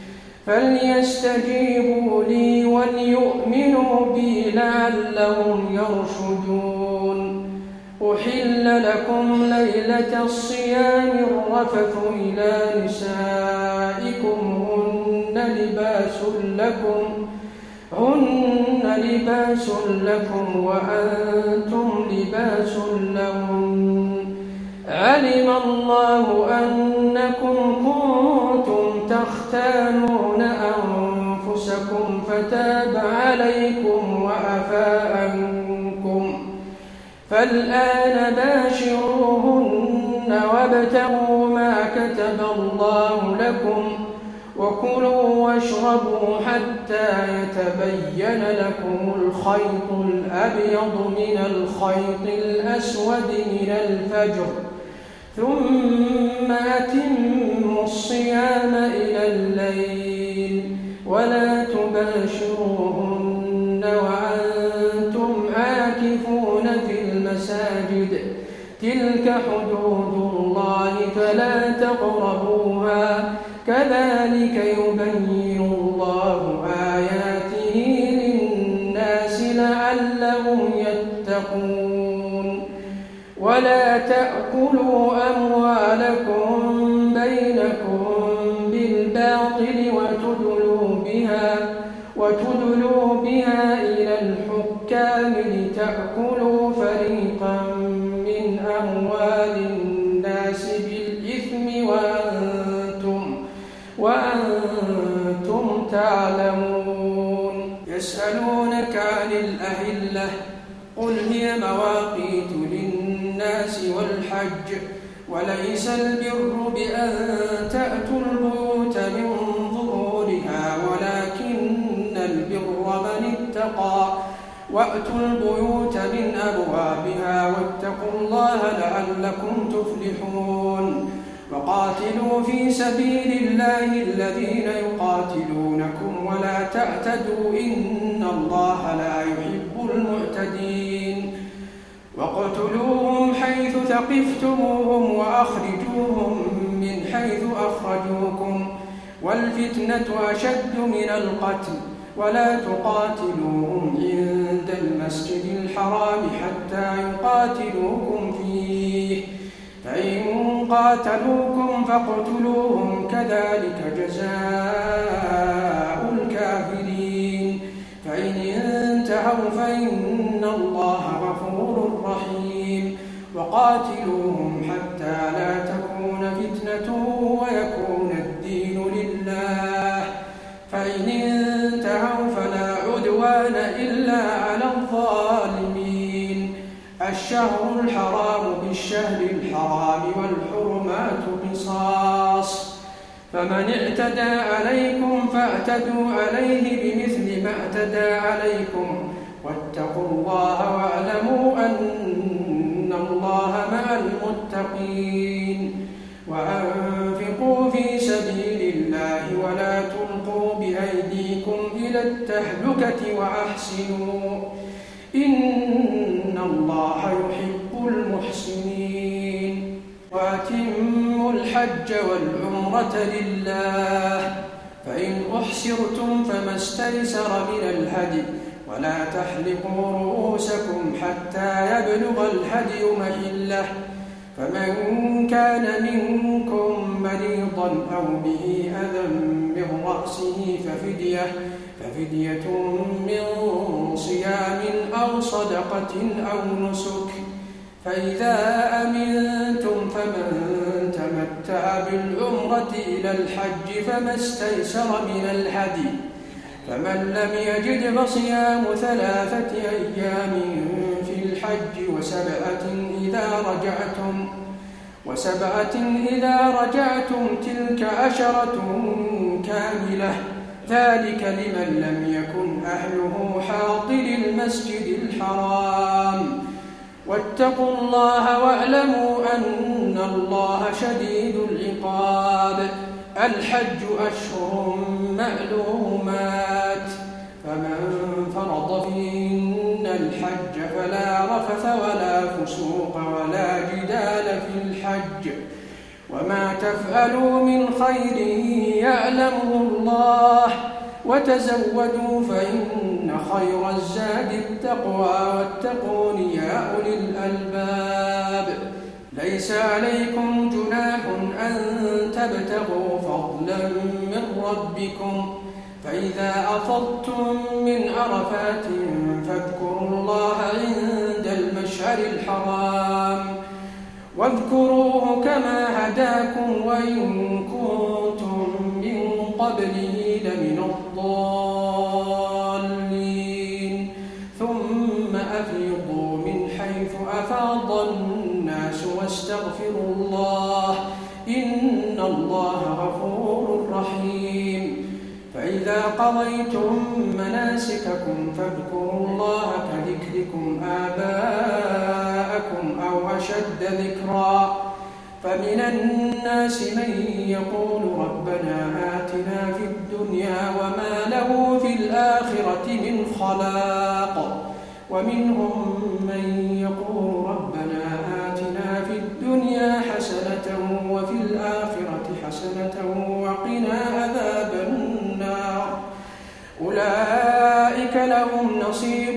فليستجيبوا لي وليؤمنوا بي لعلهم يرشدون أحل لكم ليلة الصيام الرفث إلى نسائكم هن لباس لكم هن لباس لكم وأنتم لباس لهم علم الله أنكم كنتم تختانون أنفسكم فتاب عليكم وعفى عنكم فالآن باشروهن وابتغوا ما كتب الله لكم وكلوا واشربوا حتى يتبين لكم الخيط الأبيض من الخيط الأسود من الفجر ثم أتموا الصيام إلى الليل ولا تباشروهن وأنتم عاكفون في المساجد تلك حدود الله فلا تقربوها كذلك يبين الله آياته للناس لعلهم يتقون ولا تأكلوا أموالكم بينكم بالباطل وتدلوا بها وتدلوا بها إلى الحكام لتأكلوا فريقا من أموال الناس بالإثم وأنتم وأنتم تعلمون يسألونك عن الأهلة قل هي مواقيت للناس والحج وليس البر بأن تأتوا البيوت من ظهورها ولكن البر من اتقى وأتوا البيوت من أبوابها واتقوا الله لعلكم تفلحون وقاتلوا في سبيل الله الذين يقاتلونكم ولا تعتدوا إن الله لا يحب المعتدين واقتلوهم حيث ثقفتموهم وأخرجوهم من حيث أخرجوكم والفتنة أشد من القتل ولا تقاتلوهم عند المسجد الحرام حتى يقاتلوكم فيه فإن قاتلوكم فاقتلوهم كذلك جزاء الكافرين فإن انتهوا فإن الله غفور رحيم وقاتلوهم حتى لا تكون فتنة ويكون الدين لله فإن انتهوا فلا عدوان إلا على الظالمين الشهر الحرام بالشهر الحرام والحرمات قصاص فمن اعتدى عليكم فاعتدوا عليه بمثل ما اعتدى عليكم واتقوا الله واعلموا أن الله مع المتقين وأنفقوا في سبيل الله ولا تلقوا بأيديكم إلى التهلكة وأحسنوا إن الله يحب المحسنين وأتموا الحج والعمرة لله فإن أحسرتم فما استيسر من الهدي ولا تحلقوا رؤوسكم حتى يبلغ الهدي محله فمن كان منكم مريضا أو به أذى من رأسه ففدية ففدية من صيام أو صدقة أو نسك فإذا أمنتم فمن تمتع بالعمرة إلى الحج فما استيسر من الهدي فمن لم يجد فصيام ثلاثة أيام في الحج وسبعة إذا رجعتم وسبعة إذا رجعتم تلك عشرة كاملة ذلك لمن لم يكن أهله حاضر المسجد الحرام واتقوا الله واعلموا أن الله شديد العقاب الحج أشهر معلومات فمن فرض فيهن الحج فلا رفث ولا فسوق ولا جدال في الحج وما تفعلوا من خير يعلمه الله وتزودوا فإن خير الزاد التقوى واتقون يا أولي الألباب ليس عليكم جناح أن تبتغوا فضلا من ربكم فإذا أفضتم من عرفات فاذكروا الله عند المشعر الحرام واذكروه كما هداكم وإن كنتم من قبله لمن الضالين ثم أفيضوا من حيث أفاض الناس واستغفروا الله إن الله غفور رحيم فإذا قضيتم مناسككم فاذكروا الله كذكركم آباءكم أو أشد ذكرا فمن الناس من يقول ربنا آتنا في الدنيا وما له في الآخرة من خلاق ومنهم من يقول ربنا آتنا في الدنيا حسنة وفي الآخرة حسنة وقنا عذاب النار أولئك لهم نصيب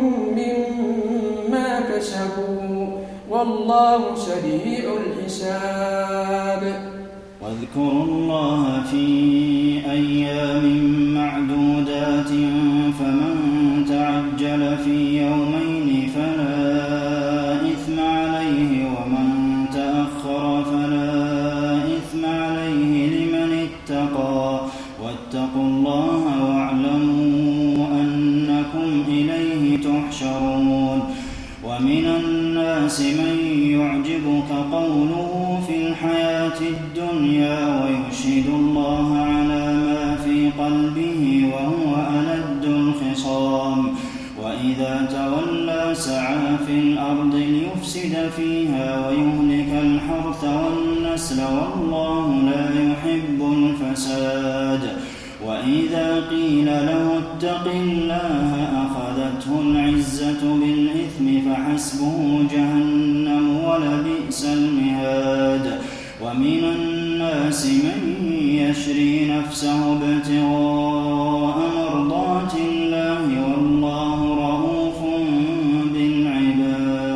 مما كسبوا والله سريع الحساب واذكروا الله في أيام معدودات فمن تعجل في يومين فلا إثم عليه ومن تأخر فلا إثم عليه لمن اتقى واتقوا الله واعلموا أنكم إليه تحشرون ومن الناس من يعجبك قوله في الحياة الدنيا ويشهد الله على ما في قلبه وهو ألد الخصام وإذا تولى سعى في الأرض ليفسد فيها ويهلك الحرث والنسل والله لا يحب الفساد وإذا قيل له اتق الله أخذته العزة بالإثم فحسبه جهنم ولبئس المهاد ومن الناس من يشري نفسه ابتغاء مرضات الله والله رؤوف بالعباد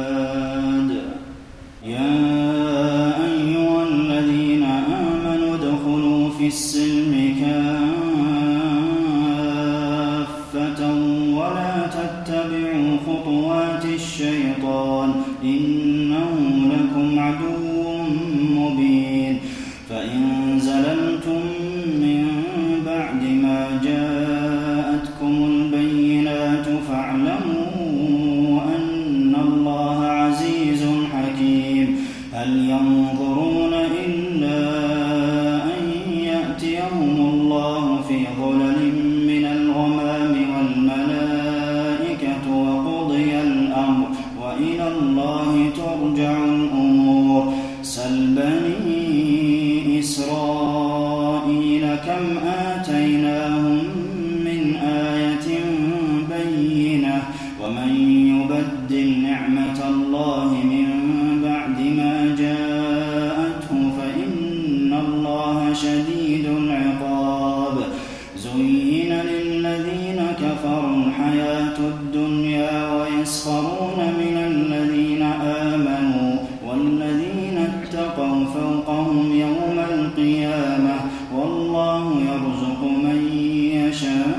يا أيها الذين آمنوا ادخلوا في السلم كافة ولا تتبعوا خطوات الشيطان إنه لكم عدو مبين فإن زللتم من بعد ما جاءتكم البينات فاعلموا أن الله عزيز حكيم هل ينظرون إلا أن يأتيهم الله في ظلل من الغمام والملائكة وقضي الأمر وإلى الله ترجع الأمور سل بني إسرائيل كم آتيناهم من آية بينة ومن يبدل نعمة الله من بعد ما جاءته فإن الله شديد العقاب زين للذين كفروا الحياة الدنيا ويسخرون من الذين آمنوا والذين اتقوا فوقهم يوم القيامة والله يرزق من يشاء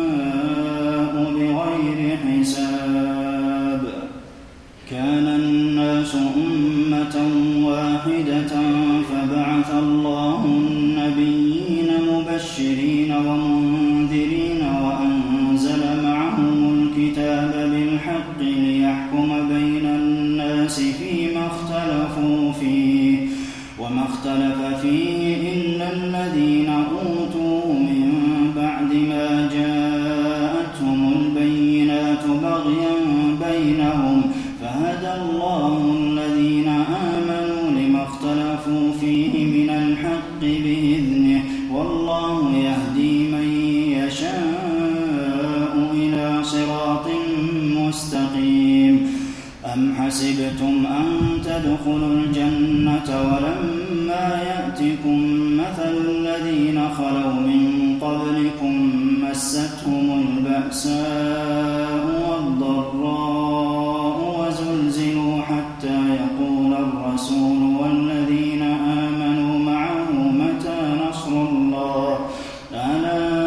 بغير حساب كان الناس أمة واحدة فبعث الله النبيين مبشرين ومنذرين وأنزل معهم الكتاب بالحق ليحكم بين الناس فيما اختلفوا فيه وما اختلف فيه إلا الذين أوتوا من بعد ما جاءتهم البينات بغيا بينهم فهدى الله الذين آمنوا لما اختلفوا فيه من الحق بإذنه والله يهدي من يشاء إلى صراط مستقيم أم حسبتم أن تدخلوا الجنة ولما يأتكم مثل الذين خلوا من قبلكم مستهم البأساء والضراء وزلزلوا حتى يقول الرسول والذين آمنوا معه متى نصر الله ألا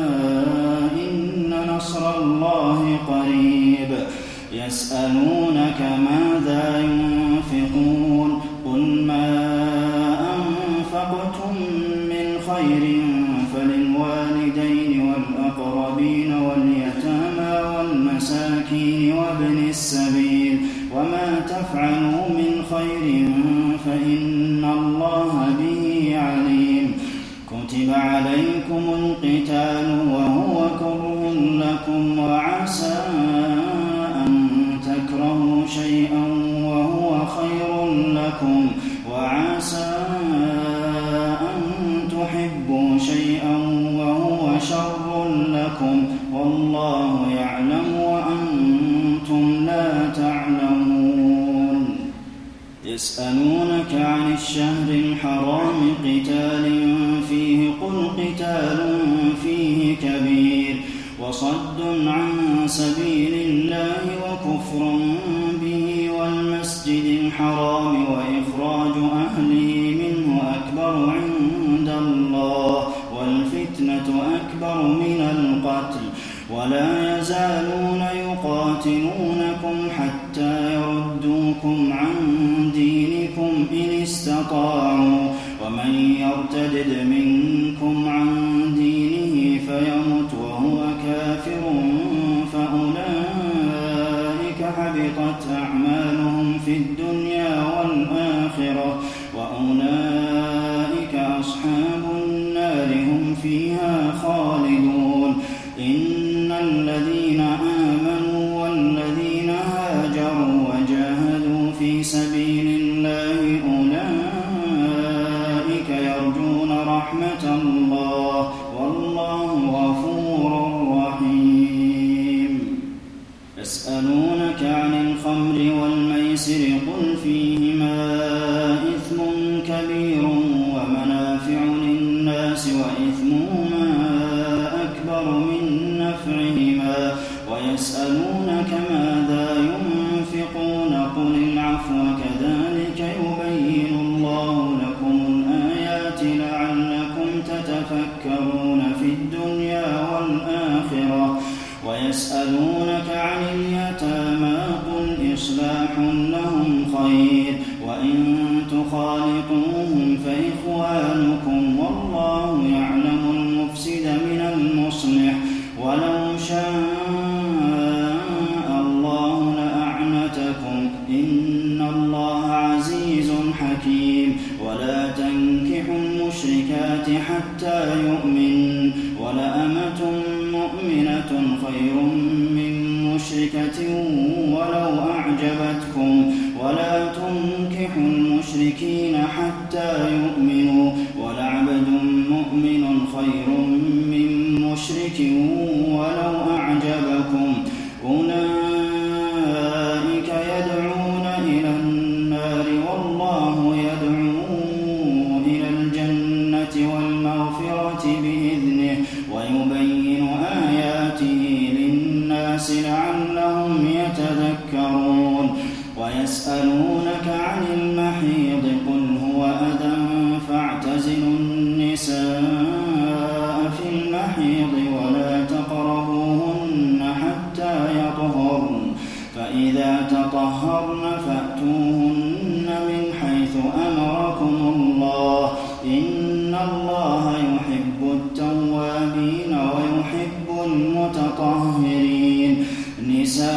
إن نصر الله قريب يسألونك ماذا ينفقون قل ما أنفقتم من خير فللوالدين والأقربين واليتامى والمساكين وابن السبيل وما تفعلوا من خير فإن الله به عليم كتب عليكم القتال وهو كره لكم وعسى أن تكرهوا شيئا وهو خير لكم وعسى أن تحبوا شيئا وهو شر لكم والله يعلم وأنتم لا تعلمون يسألونك عن الشهر الحرام قتال فيه قل قتال فيه كبير وصد عن سبيل الله وكفر به والمسجد الحرام وإخراج أهله منه أكبر عند الله والفتنة أكبر من القتل ولا يزالون يقاتلونكم حتى يردوكم عن دينكم إن استطاعوا ومن يرتدد منكم عن دينه فيمت وهو كافر فأولئك حبطت أعمالهم يسألونك عن الخمر والميسر قل فيهما إثم كبير ومنافع للناس وإثمهما أكبر من نفعهما ويسألونك ماذا ينفقون قل العفو كذلك يبين الله لكم الآيات لعلكم تتفكرون في الدنيا والآخرة ويسألونك عن اليتامى قل إصلاح لهم خير وإن تخالطوهم فإخوانكم والله يعلم المفسد من المصلح ولو شاء الله لأعنتكم إن الله عزيز حكيم ولا تنكحوا المشركات حتى يؤمن ولأمة مؤمنة خير من مشركة ولو أعجبتكم ولا تنكحوا المشركين حتى يؤمنوا ولعبد مؤمن خير من مشرك ولو أعجبكم أولئك يدعون إلى النار والله يدعو إلى الجنة والمغفرة بإذنه ويبين آياته للناس لعلهم يتذكرون ويسألونك عن المحيض قل هو أذى فاعتزلوا النساء في المحيض ولا تقربوهن حتى يطهرن فإذا تطهرن فأتوهن من حيث أمركم الله إن الله يحب التوابين ويحب المتطهرين نساؤكم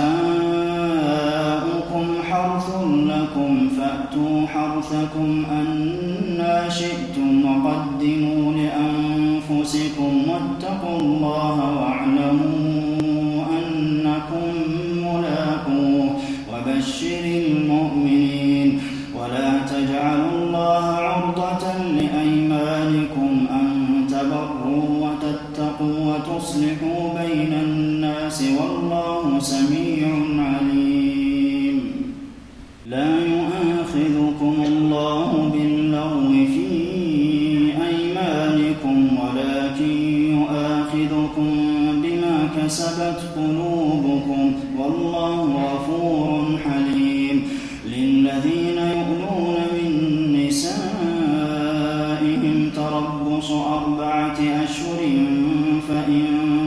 حرث لكم فأتوا حرثكم أنى شئتم وقدموا لأنفسكم واتقوا الله واعلموا أنكم ملاقوه وبشر المؤمنين ولا تجعلوا الله عرضة لأيمانكم أن تبروا وتتقوا وتصلحوا بين الناس والله سميع عليم لا يؤاخذكم الله باللغو في أيمانكم ولكن يؤاخذكم بما كسبت قلوبكم والله غفور حليم للذين يؤلون من نسائهم تربص أربعة أشهر فإن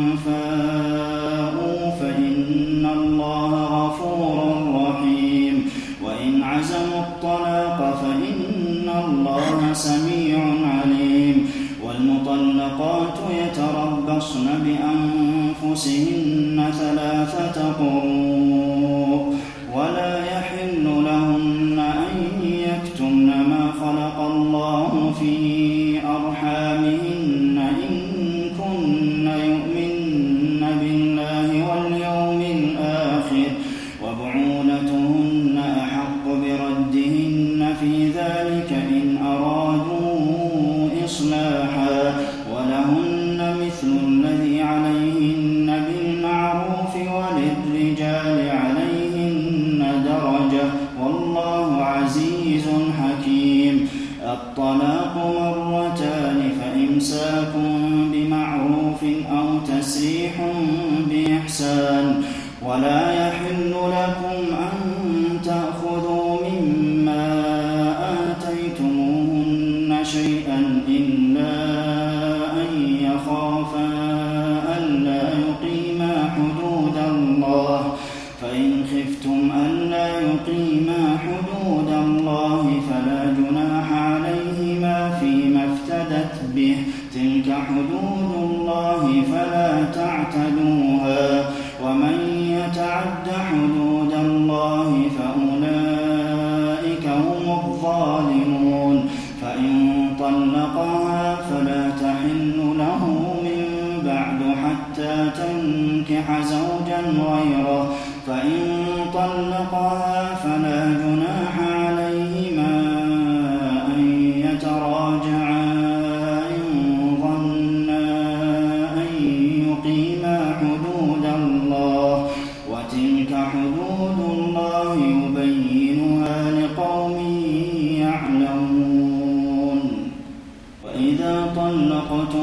فاءوا فإن الله غفور رحيم وإن عزموا الطلاق فإن الله سميع عليم والمطلقات يتربصن بأنفسهن ثلاثة قروء ولا يحل لهن أن يكتمن ما خلق الله في أرحامهن إن كن يؤمن بالله واليوم الآخر وبعولتهن أحق بردهن في ذلك إن أرادوا إصلاحا ولهن مثل الذي عليهن بالمعروف وللرجال عليهن درجة والله عزيز حكيم الطلاق مرتان فإمساك بمعروف أو تسريح بإحسان ولا يحل لكم أن تأخذوا مما آتيتموهن شيئا إلا أن يخافا ألا يقيما حدود الله فإن خفتم ألا يقيما حدود الله فلا جناح عليهما فيما افتدت به تلك حدود الله فلا تعتدوها ومن يتعد حدود الله فأولئك هم الظالمون فإن طلقها فلا تحل له من بعد حتى تنكح زوجا غيره فإن طلقها فلا جناح عليهما أن يتراجعا إن ظنا أن يقيما حدود الله وتلك وتلك حدود الله يبينها لقوم يعلمون. وإذا طلقتم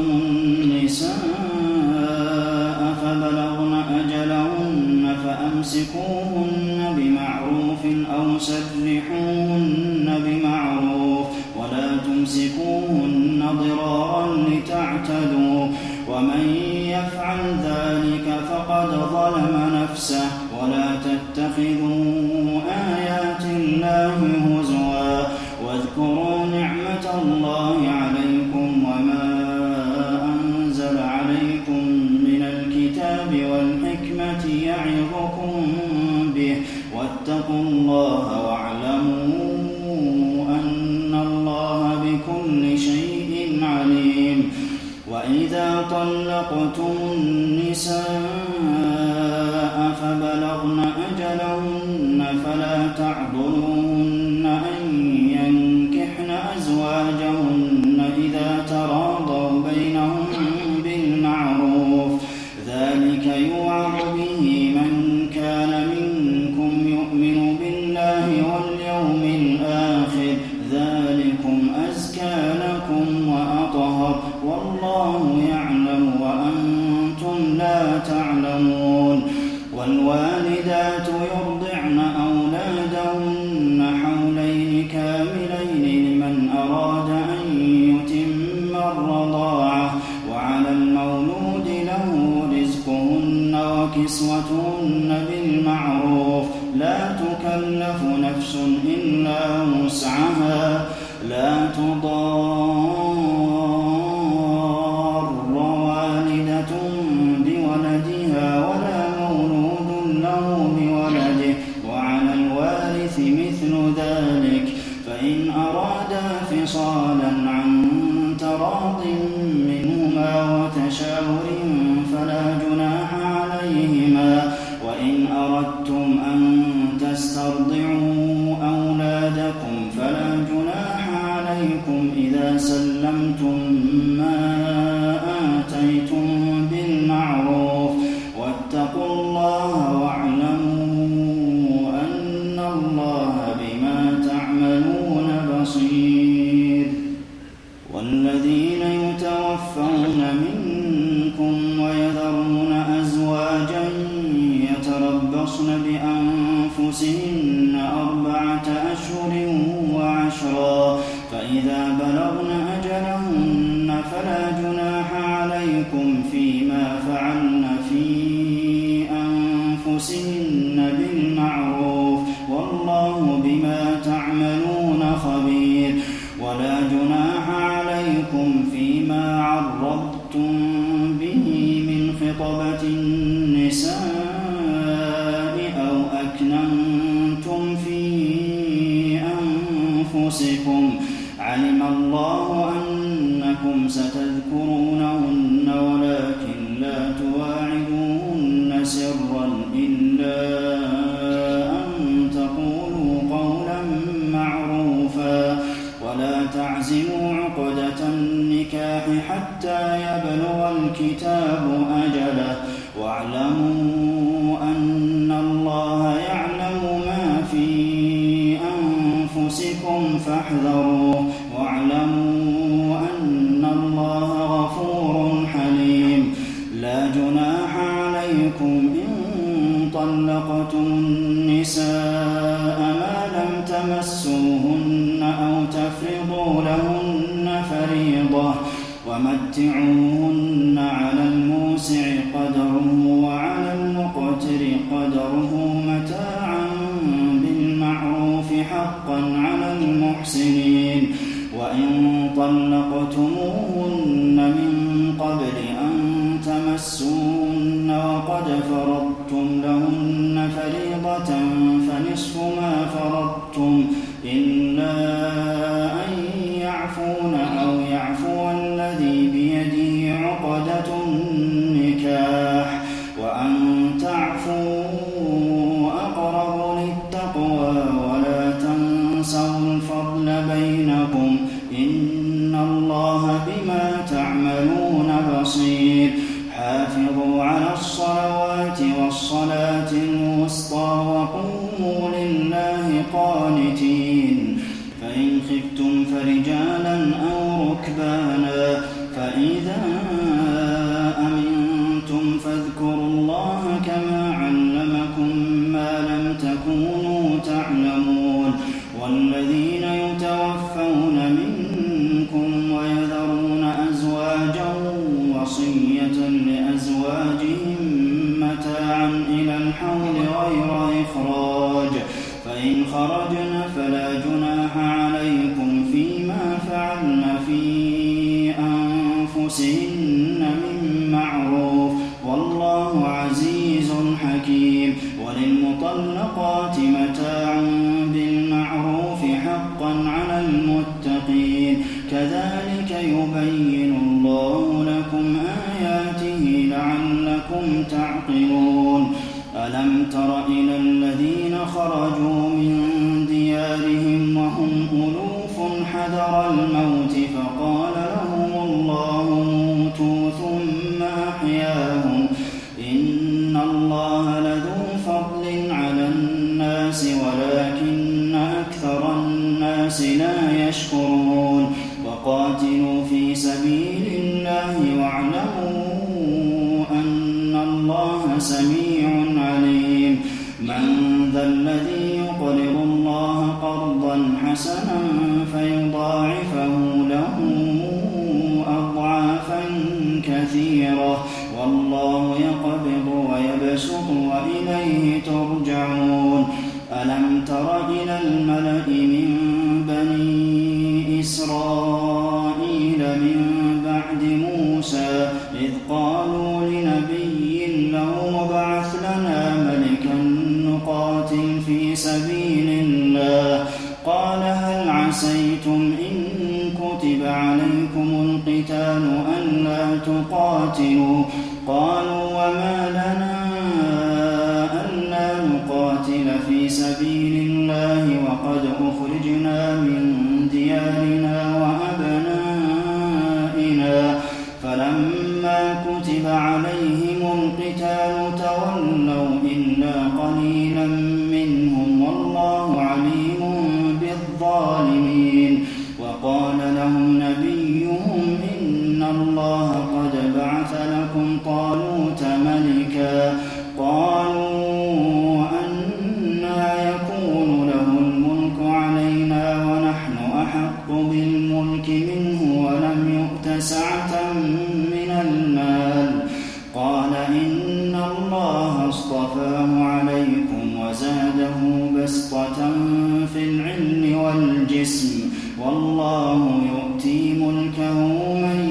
النساء فبلغن أجلهن فأمسكوهن بمعروف أو سرحوهن بمعروف ولا تمسكوهن ضرارا لتعتدوا ومن يفعل ذلك فقد ظلم نفسه ولا تتخذوا آيات الله هزوا واذكروا نعمة الله عليكم وما أنزل عليكم من الكتاب والحكمة يعظكم به واتقوا الله واعلموا أن الله بكل شيء عليم. وإذا طلقتم النساء فبلغن أجلهن فلا تعضلوهن أن ينكحن أزواجهن إذا تراضوا بينهم بالمعروف ذلك يوعظ به من كان منكم يؤمن بالله واليوم الآخر ذلكم أزكى لكم وأطهر والله يعلم وأنتم لا تعلمون. والوالدات يرضعن أولادهن حولين كاملين لمن أراد أن يتم الرضاعة وعلى المولود له رزقهن وكسوتهن بالمعروف لا تكلف نفس إلا وسعها لا تضار والدة بولدها ولا مولود له بولده وعلى الوارث مثل ذلك فإن أرادا فصالا عن تراض منهما وتشاور فلا جناح عليهما. وإن أردتم أن تسترضعوا أولادكم فلا جناح عليكم إذا سلمتم ما آتيتم بالمعروف واتقوا الله واعلموا أن الله بما تعملون بصير. والذين يتوفون منكم ويذرون أزواجا يتربصن بأنفسهن أربعة أشهر وعشرا فإذا بلغن أجلهن فلا جناح عليكم فيما فعلن في أنفسهن بالمعروف والله بما تعملون خبير. ولا جناح عليكم فيما عرضتم به من خطبة النساء أو أكننتم في أنفسكم علم الله أنكم ستذكرونهن ولكن لا تواعدوهن سرا إلا أن تقولوا قولا معروفا ولا تعزموا عقدة النكاح حتى يبلغ الكتاب أجله واعلموا أن الله يعلم ما في أنفسكم فاحذروه واعلموا أن الله غفور حليم. لا جناح عليكم إن طلقتم النساء ما لم تمسوهن أو تفرضوا لهن فريضة ومتعوهن على الموسع قدره وعلى المقتر قدره متاعا بالمعروف حقا على المحسنين. وإن طلقتموهن من قبل أن تمسوهن وقد فرضتم لهن فريضة فنصف ما فرضتم إلا أن يعفون أو يعفو الذي بيده عقدة النكاح وأن تعفوا أقرب للتقوى ولا تنسوا الفضل بينكم إن الله بما تعملون بصير. حافظوا على الصلوات والصلاة الوسطى وقوموا لله قانتين. فإن خفتم فرجالا أو ركبانا فإذا أمنتم فاذكروا الله كما علمكم ما لم تكونوا تعلمون. والذين يتوفون منكم ويذرون أزواجا وصية لأزواجهم متاعا إلى الحول غير إخراج فإن خرجن فلا جناح عليكم فيما فعلن في أنفسهن من معروف والله عزيز حكيم. وللمطلقات متاع بالمعروف حقا على المتقين كذلك يبين الله لكم آياته لعلكم تعقلون. ألم تر إلى الذين خرجوا من ديارهم وهم ألوف حذر الموت فقال لهم الله موتوا ثم أحياهم إن الله لذو فضل على الناس ولكن أكثر الناس لا يشكرون. وقاتلوا في سبيل الله واعلموا أن الله سميع عليم. من ذا الذي يقرض الله قرضا حسنا فيضاعفه له أضعافا كثيرة والله يقبض ويبسط وإليه ترجعون. ألم تر إلى الملأ من بني إسرائيل من بعد موسى إذ قالوا لنبي له ابعث لنا ملكا نقاتل في سبيل الله قال هل عسيتم إن كتب عليكم القتال ألا تقاتلوا قالوا وما لنا ألا نقاتل في سبيل الله وقد أخرجنا من ديارنا وأبنائنا فلما كتب عليهم القتال تولوا إلا قليلا منهم والله عليم بالظالمين. وقال لهم نبيهم إن الله قد بعث لكم طالوت ملكا قالوا أنى يكون له الملك علينا ونحن أحق بالملك منه ولم يؤت سعة من المال قال إن الله اصطفاه عليكم وزاده بسطة في العلم والجسم والله يؤتي ملكه من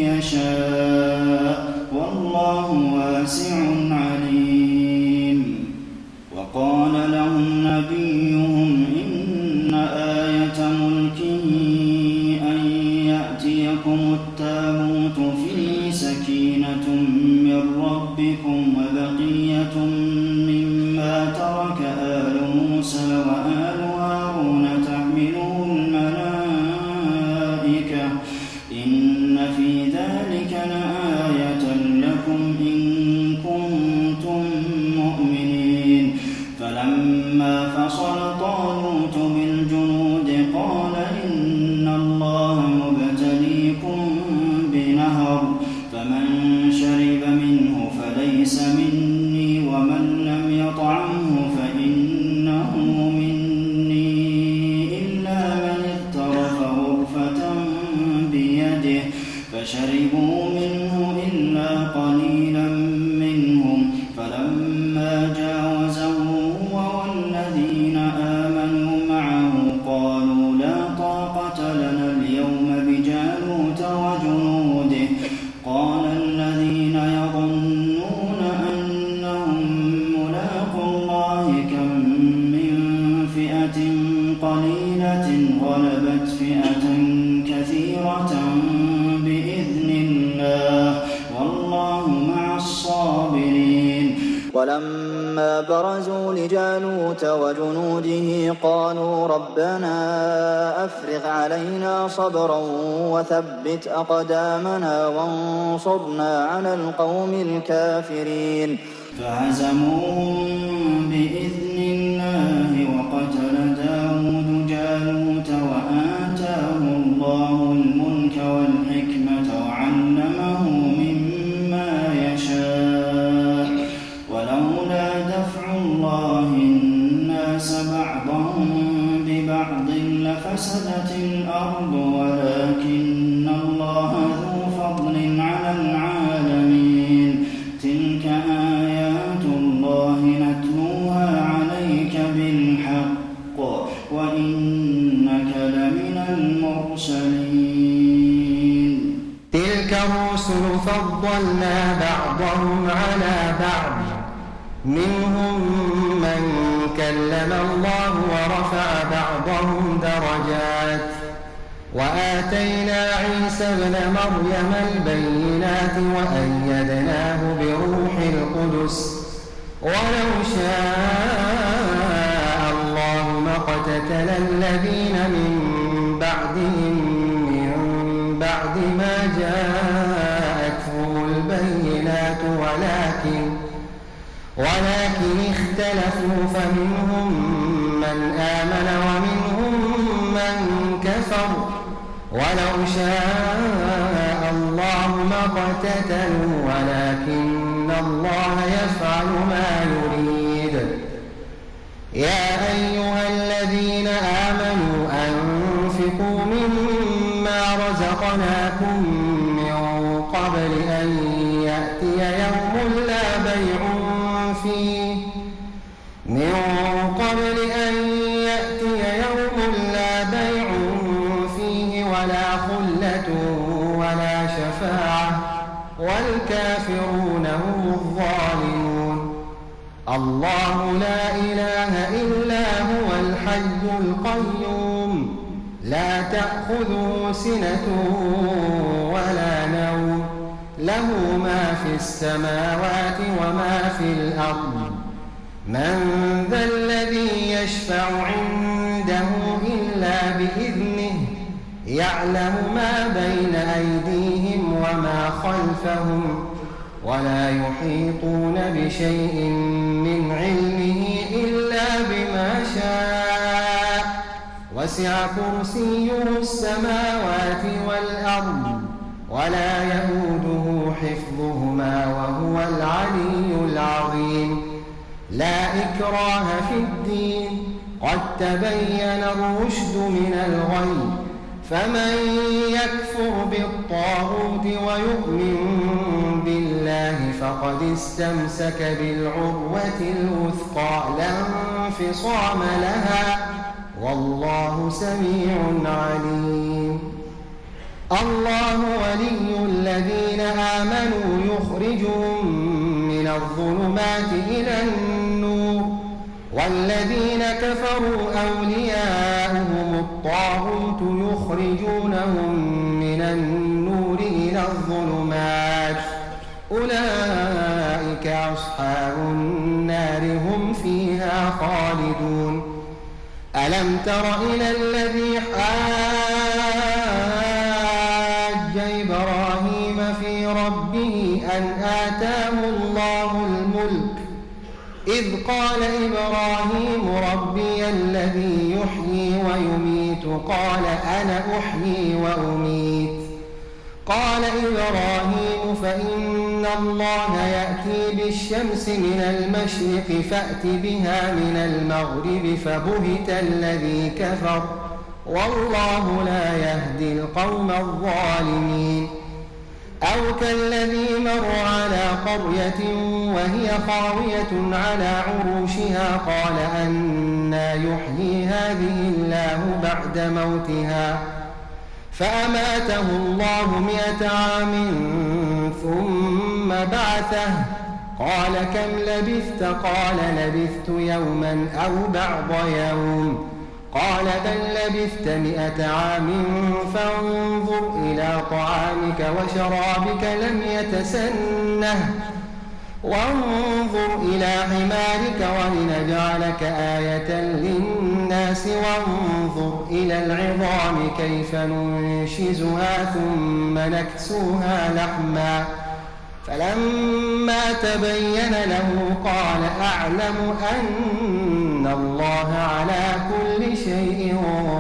يشاء والله واسع عليم. وقال لهم نبيهم إن آية ملكه أن يأتيكم التابوت فيه سكينة من ربكم وبقية مما ترك آل موسى وآل هارون تحمله الملائكة إن في ذلك لآية لكم إن كنتم مؤمنين. فلما فصل طالوت بالجنود قال إن الله مبتليكم بنهر فمن شرب منه فليس مني ومن لم يطعمه فإنه مني إلا من اغترف غرفة بيده فشربوا منه إلا قليلا منهم فلما جاوزه هو والذين آمنوا معه قالوا لا طاقة لنا اليوم بجالوت وجنوده قال الذين يظنون أنهم ملاقو الله كم من فئة قليلة غلبت فئة كثيرة بإذن الله والله مع الصابرين. ولما برزوا لجالوت وجنوده قالوا ربنا أفرغ علينا صبرا وثبت أقدامنا وانصرنا على القوم الكافرين. فهزموهم بإذن الله وقتل داود جالوت وآتاه الله الملك والحكمة وعلمه مما يشاء ولولا دفع الله الناس بعضهم ببعض لفسدت الأرض ولكن الله ذو فضل على العالمين تلك آيات الله نتلوها عليك بالحق وإنك لمن المرسلين تلك الرسل فضلنا بعضهم على بعض منهم من كلم الله ورفع بعضهم درجات وآتينا عيسى ابن مريم البينات وأيدناه بروح القدس ولو شاء الله ما اقتتل الذين من بعدهم من بعد ما جاءتهم البينات ولكن ولكن اختلفوا فمنهم من آمن ومنهم من كفر ولو شاء الله ما اقتتلوا ولكن الله يفعل ما يريد يا أيها الذين آمنوا أنفقوا مما رزقناكم من قبل أن يأتي يوم لا بيع فيه من قبل أن يأتي يوم لا بيع فيه ولا خلة ولا شفاعة والكافرون هم الظالمون الله لا إله إلا هو الحي القيوم لا تأخذه سنة ولا نوم له ما في السماوات وما في الأرض من ذا الذي يشفع عنده إلا بإذنه يعلم ما بين أيديهم وما خلفهم ولا يحيطون بشيء من علمه إلا بما شاء وسع كرسيه السماوات والأرض ولا يئوده حفظهما وهو العلي العظيم لا إكراه في الدين قد تبين الرشد من الغي فمن يكفر بالطاغوت ويؤمن بالله فقد استمسك بالعروة الوثقى لا انفصام لها والله سميع عليم الله ولي الذين آمنوا يخرجهم من الظلمات إلى النور والذين كفروا أولياؤهم الطاغوت يخرجونهم من النور إلى الظلمات أولئك أصحاب النار هم فيها خالدون ألم تر إلى الذي حاج إبراهيم في ربه أن آتاه الله الملك إذ قال إبراهيم ربي الذي يحيي ويميت قال أنا أحيي وأميت قال إبراهيم فإن الله يأتي بالشمس من المشرق فأت بها من المغرب فبهت الذي كفر والله لا يهدي القوم الظالمين أو كالذي مر على قرية وهي خاوية على عروشها قال أنى يحيي هذه الله بعد موتها فأماته الله مئة عام ثم بعثه قال كم لبثت قال لبثت يوما أو بعض يوم قال بل لبثت مئة عام فانظر إلى طعامك وشرابك لم يتسنه وانظر إلى حمارك ولنجعلك آية للناس وانظر إلى العظام كيف ننشزها ثم نكسوها لحما فلما تبين له قال أعلم أن الله على كل شيء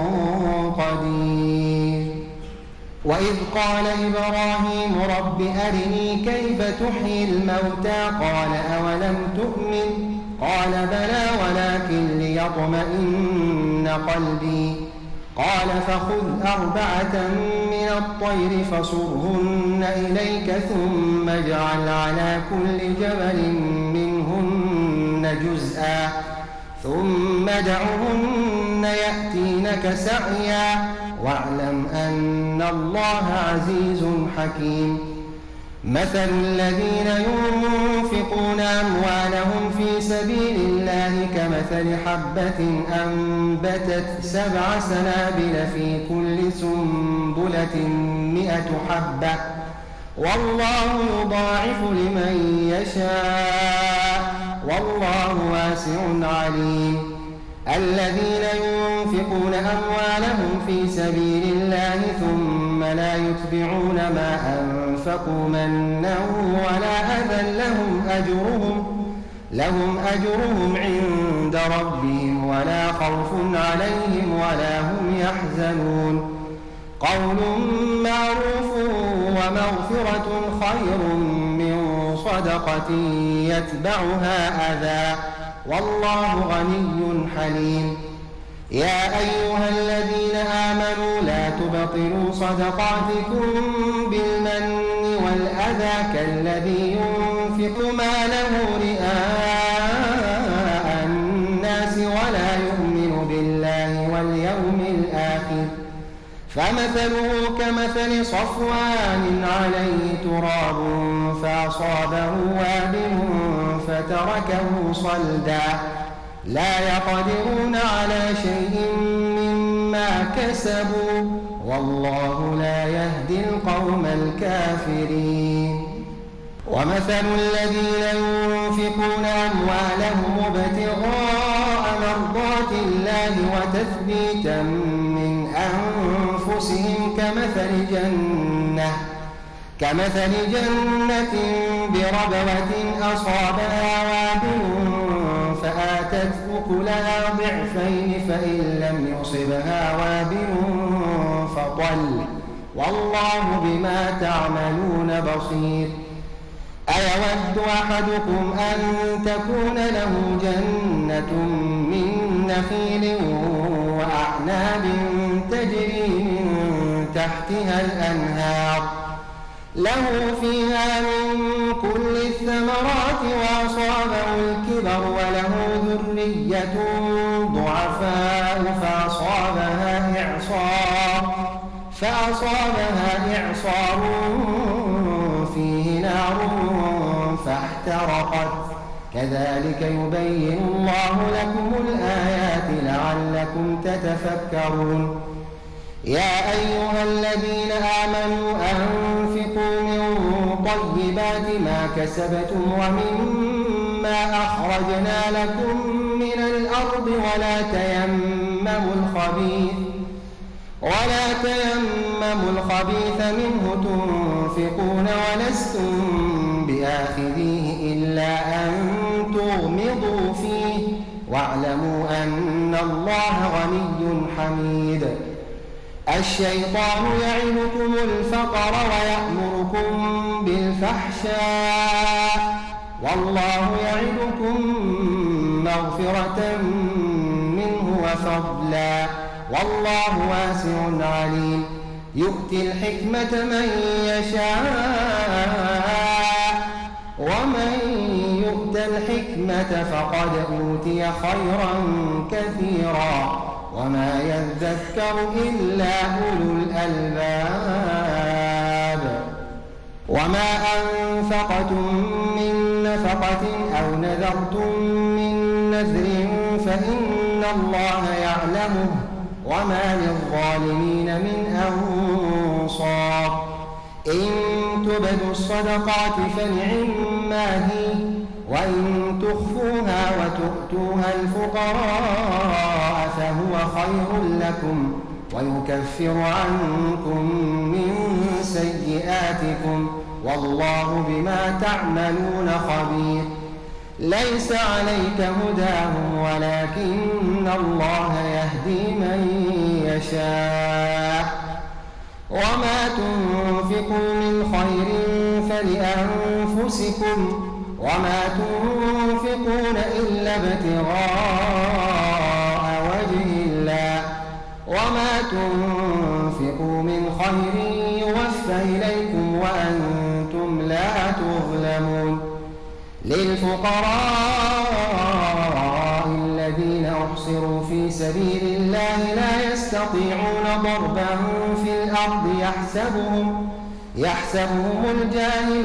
قدير. وإذ قال إبراهيم رب أرني كيف تحيي الموتى قال أولم تؤمن قال بلى ولكن ليطمئن قلبي قال فخذ أربعة من الطير فصرهن إليك ثم اجعل على كل جبل منهن جزءا ثم ادعهن يأتينك سعيا واعلم أن الله عزيز حكيم. مثل الذين ينفقون أموالهم في سبيل الله كمثل حبة أنبتت سبع سنابل في كل سنبلة مئة حبة والله يضاعف لمن يشاء والله واسع عليم. الذين ينفقون أموالهم في سبيل الله ثم لا يتبعون ما أنفقوا منا ولا أذى لهم أجرهم لهم أجرهم عند ربهم ولا خوف عليهم ولا هم يحزنون. قول معروف ومغفرة خير من صدقة يتبعها أذى والله غني حليم. يا أيها الذين آمنوا لا تبطلوا صدقاتكم بالمن والأذى كالذي ينفق ماله رئاء الناس ولا يؤمن بالله واليوم الآخر فمثله كمثل صفوان عليه تراب فأصابه وابل فتركه صلدا لا يقدرون على شيء مما كسبوا والله لا يهدي القوم الكافرين. ومثل الذين ينفقون أموالهم ابتغاء مرضات الله وتثبيتا من أنفسهم كمثل جنة كمثل جنة بربوة أصابها وابل فآتت أكلها ضعفين فإن لم يصبها وابل فطل والله بما تعملون بصير. أيود أحدكم أن تكون له جنة من نخيل وأعناب تجري من تحتها الأنهار له فيها من كل الثمرات وأصابه الكبر وله ذرية ضعفاء فأصابها إعصار فأصابها إعصار فيه نار فاحترقت كذلك يبين الله لكم الآيات لعلكم تتفكرون. يا أيها الذين آمنوا أنفقوا من طيبات ما كسبتم ومما أخرجنا لكم من الأرض ولا تيمموا الخبيث ولا تيمموا الخبيث منه تنفقون ولستم بآخذيه إلا أن تغمضوا فيه واعلموا أن الله غني حميد. الشيطان يعدكم الفقر ويأمركم بالفحشاء والله يعدكم مغفرة منه وفضلا والله واسع عليم. يؤتي الحكمة من يشاء ومن يؤت الحكمة فقد أوتي خيرا كثيرا وما يذكر إلا أولو الألباب. وما أنفقتم من نفقة أو نذرتم من نذر فإن الله يعلمه وما للظالمين من أنصار. إن تبدوا الصدقات فنعما هي وإن تخفوها وتؤتوها الفقراء فهو خير لكم ويكفر عنكم من سيئاتكم والله بما تعملون خبير. ليس عليك هداهم ولكن الله يهدي من يشاء. وما تنفقوا من خير فلأنفسكم وما تنفقون إلا ابتغاء وجه الله وما تنفقوا من خير يوفى إليكم وأنتم لا تظلمون. للفقراء الذين أحصروا في سبيل الله لا يستطيعون ضربا في الأرض يحسبهم يحسبهم الجاهل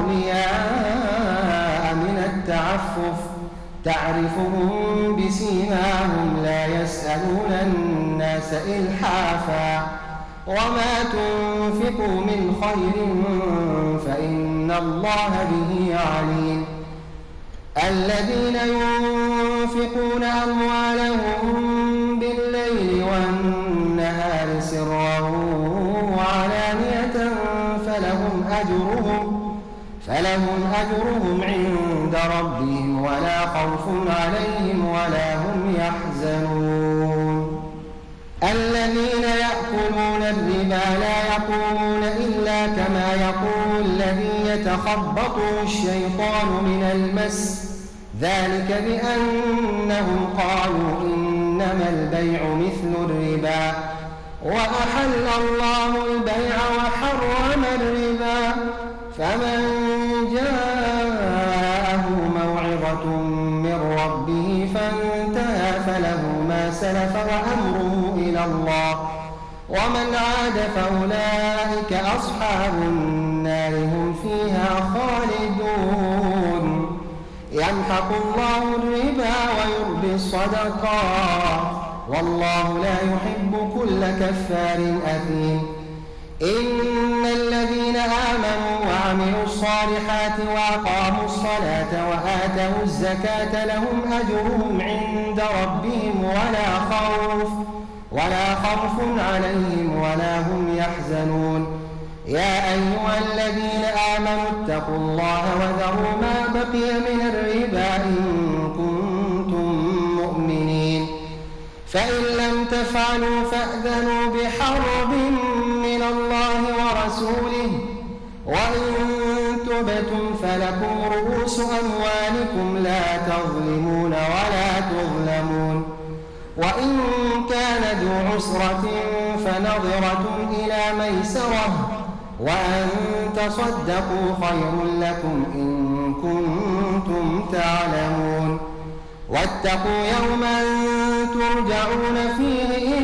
أغنياء من التعفف تعرفهم بسيماهم لا يسألون الناس إلحافا. وما تنفقوا من خير فإن الله به عليم. الذين ينفقون أموالهم بالليل والنهار سرا وعلانية فلهم أجرهم فلهم أجرهم عند ربهم ولا خوف عليهم ولا هم يحزنون. الذين يأكلون الربا لا يقومون إلا كما يقوم الذي يتخبطه الشيطان من المس ذلك بأنهم قالوا إنما البيع مثل الربا وأحل الله البيع وحرم الربا. فمن جاءه موعظة من ربه فانتهى فله ما سلف وأمره إلى الله ومن عاد فأولئك أصحاب النار هم فيها خالدون. يمحق الله الربا ويربي الصدقات والله لا يحب كل كفار أثيم. إن الذين آمنوا وعملوا الصالحات وأقاموا الصلاة وآتوا الزكاة لهم أجرهم عند ربهم ولا خوف ولا خوف عليهم ولا هم يحزنون. يا أيها الذين آمنوا اتقوا الله وذروا ما بقي من الربا إن كنتم مؤمنين. فإن لم تفعلوا فأذنوا بحرب من الله ورسوله وإن تبتم فلكم رؤوس أموالكم لا تظلمون ولا تظلمون. وإن كان ذو عسرة فنظرة إلى ميسرة وأن تصدقوا خير لكم إن كنتم تعلمون. واتقوا يوما ترجعون فيه إلى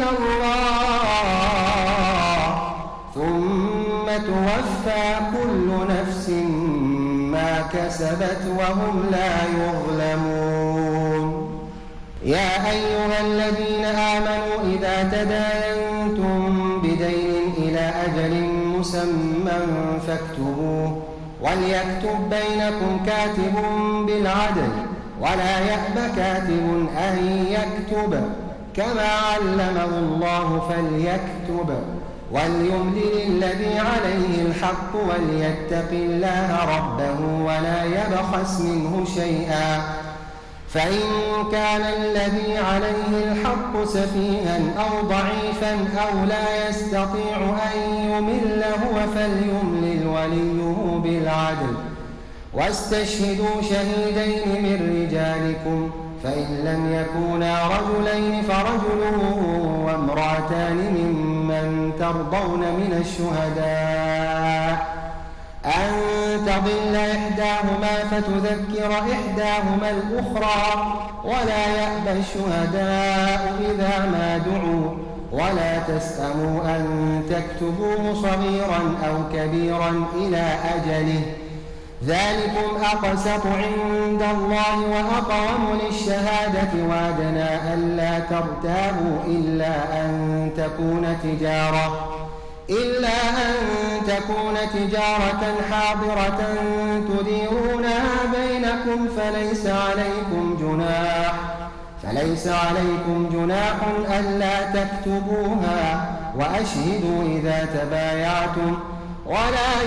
الله ثم توفى كل نفس ما كسبت وهم لا يظلمون. يا أيها الذين آمنوا إذا تداينتم بدين إلى أجل مسمى فاكتبوه وليكتب بينكم كاتب بالعدل ولا يأب كاتب أن يكتب كما علمه الله فليكتب وليملل الذي عليه الحق وليتق الله ربه ولا يبخس منه شيئا. فإن كان الذي عليه الحق سفيها أو ضعيفا أو لا يستطيع أن يمل هو فليملل وليه بالعدل واستشهدوا شهيدين من رجالكم فإن لم يكونا رجلين فرجل وامرأتان ممن ترضون من الشهداء أن تضل إحداهما فتذكر إحداهما الأخرى ولا يأبى الشهداء إذا ما دعوا ولا تسأموا أن تكتبوه صغيرا أو كبيرا إلى أجله ذلكم أقسط عند الله وأقوم للشهادة وأدنى ألا ترتابوا إلا أن تكون تجارة إلا أن تكون تجارة حاضرة تديرونها بينكم فليس عليكم جناح فليس عليكم جناح ألا تكتبوها وأشهدوا إذا تبايعتم ولا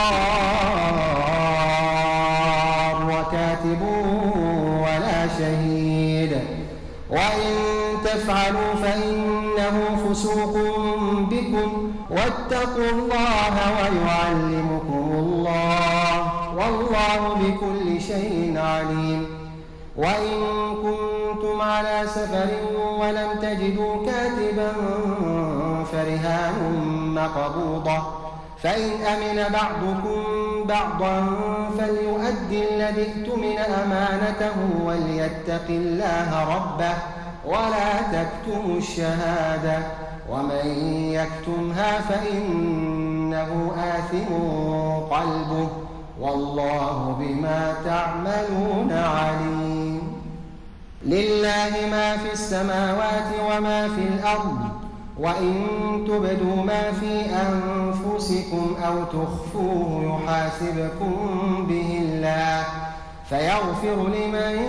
يضار كاتب ولا شهيد وإن تفعلوا فإنه فسوق بكم واتقوا الله ويعلمكم الله والله بكل شيء عليم. وإن كنتم على سفر ولم تجدوا كاتبا فرهان مقبوضة فإن أمن بعضكم بعضا فليؤدي الذي اؤتمن أمانته وليتق الله ربه ولا تكتموا الشهادة ومن يكتمها فإنه آثم قلبه والله بما تعملون عليم. لله ما في السماوات وما في الأرض وإن تبدوا ما في أنفسكم أو تخفوه يحاسبكم به الله فيغفر لمن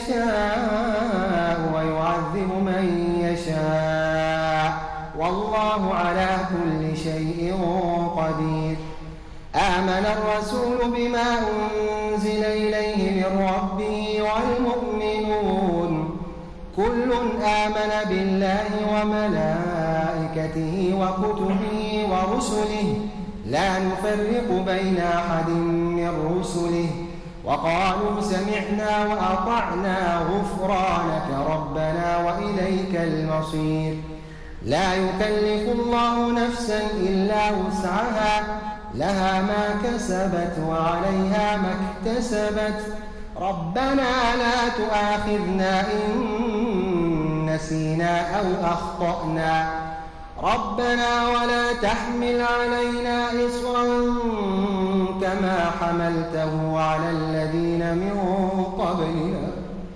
يشاء ويعذب من يشاء والله على كل شيء قدير. آمن الرسول بما أنزل إليه من ربه والمؤمنون كل آمن بالله وملائكته وكتبه ورسله لا نفرق بين أحد من رسله وقالوا سمعنا وأطعنا غفرانك ربنا وإليك المصير. لا يكلف الله نفسا إلا وسعها لها ما كسبت وعليها ما اكتسبت ربنا لا تؤاخذنا إن نسينا أو أخطأنا ربنا ولا تحمل علينا إصرا كما حملته على الذين من قبلنا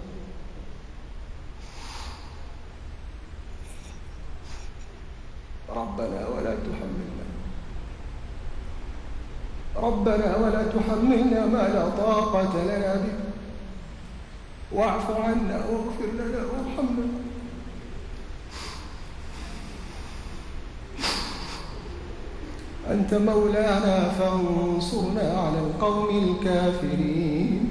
ربنا ولا تحملنا ربنا ولا تحملنا ما لا طاقة لنا به واعف عنا واغفر لنا وارحمنا أنت مولانا فانصرنا على القوم الكافرين.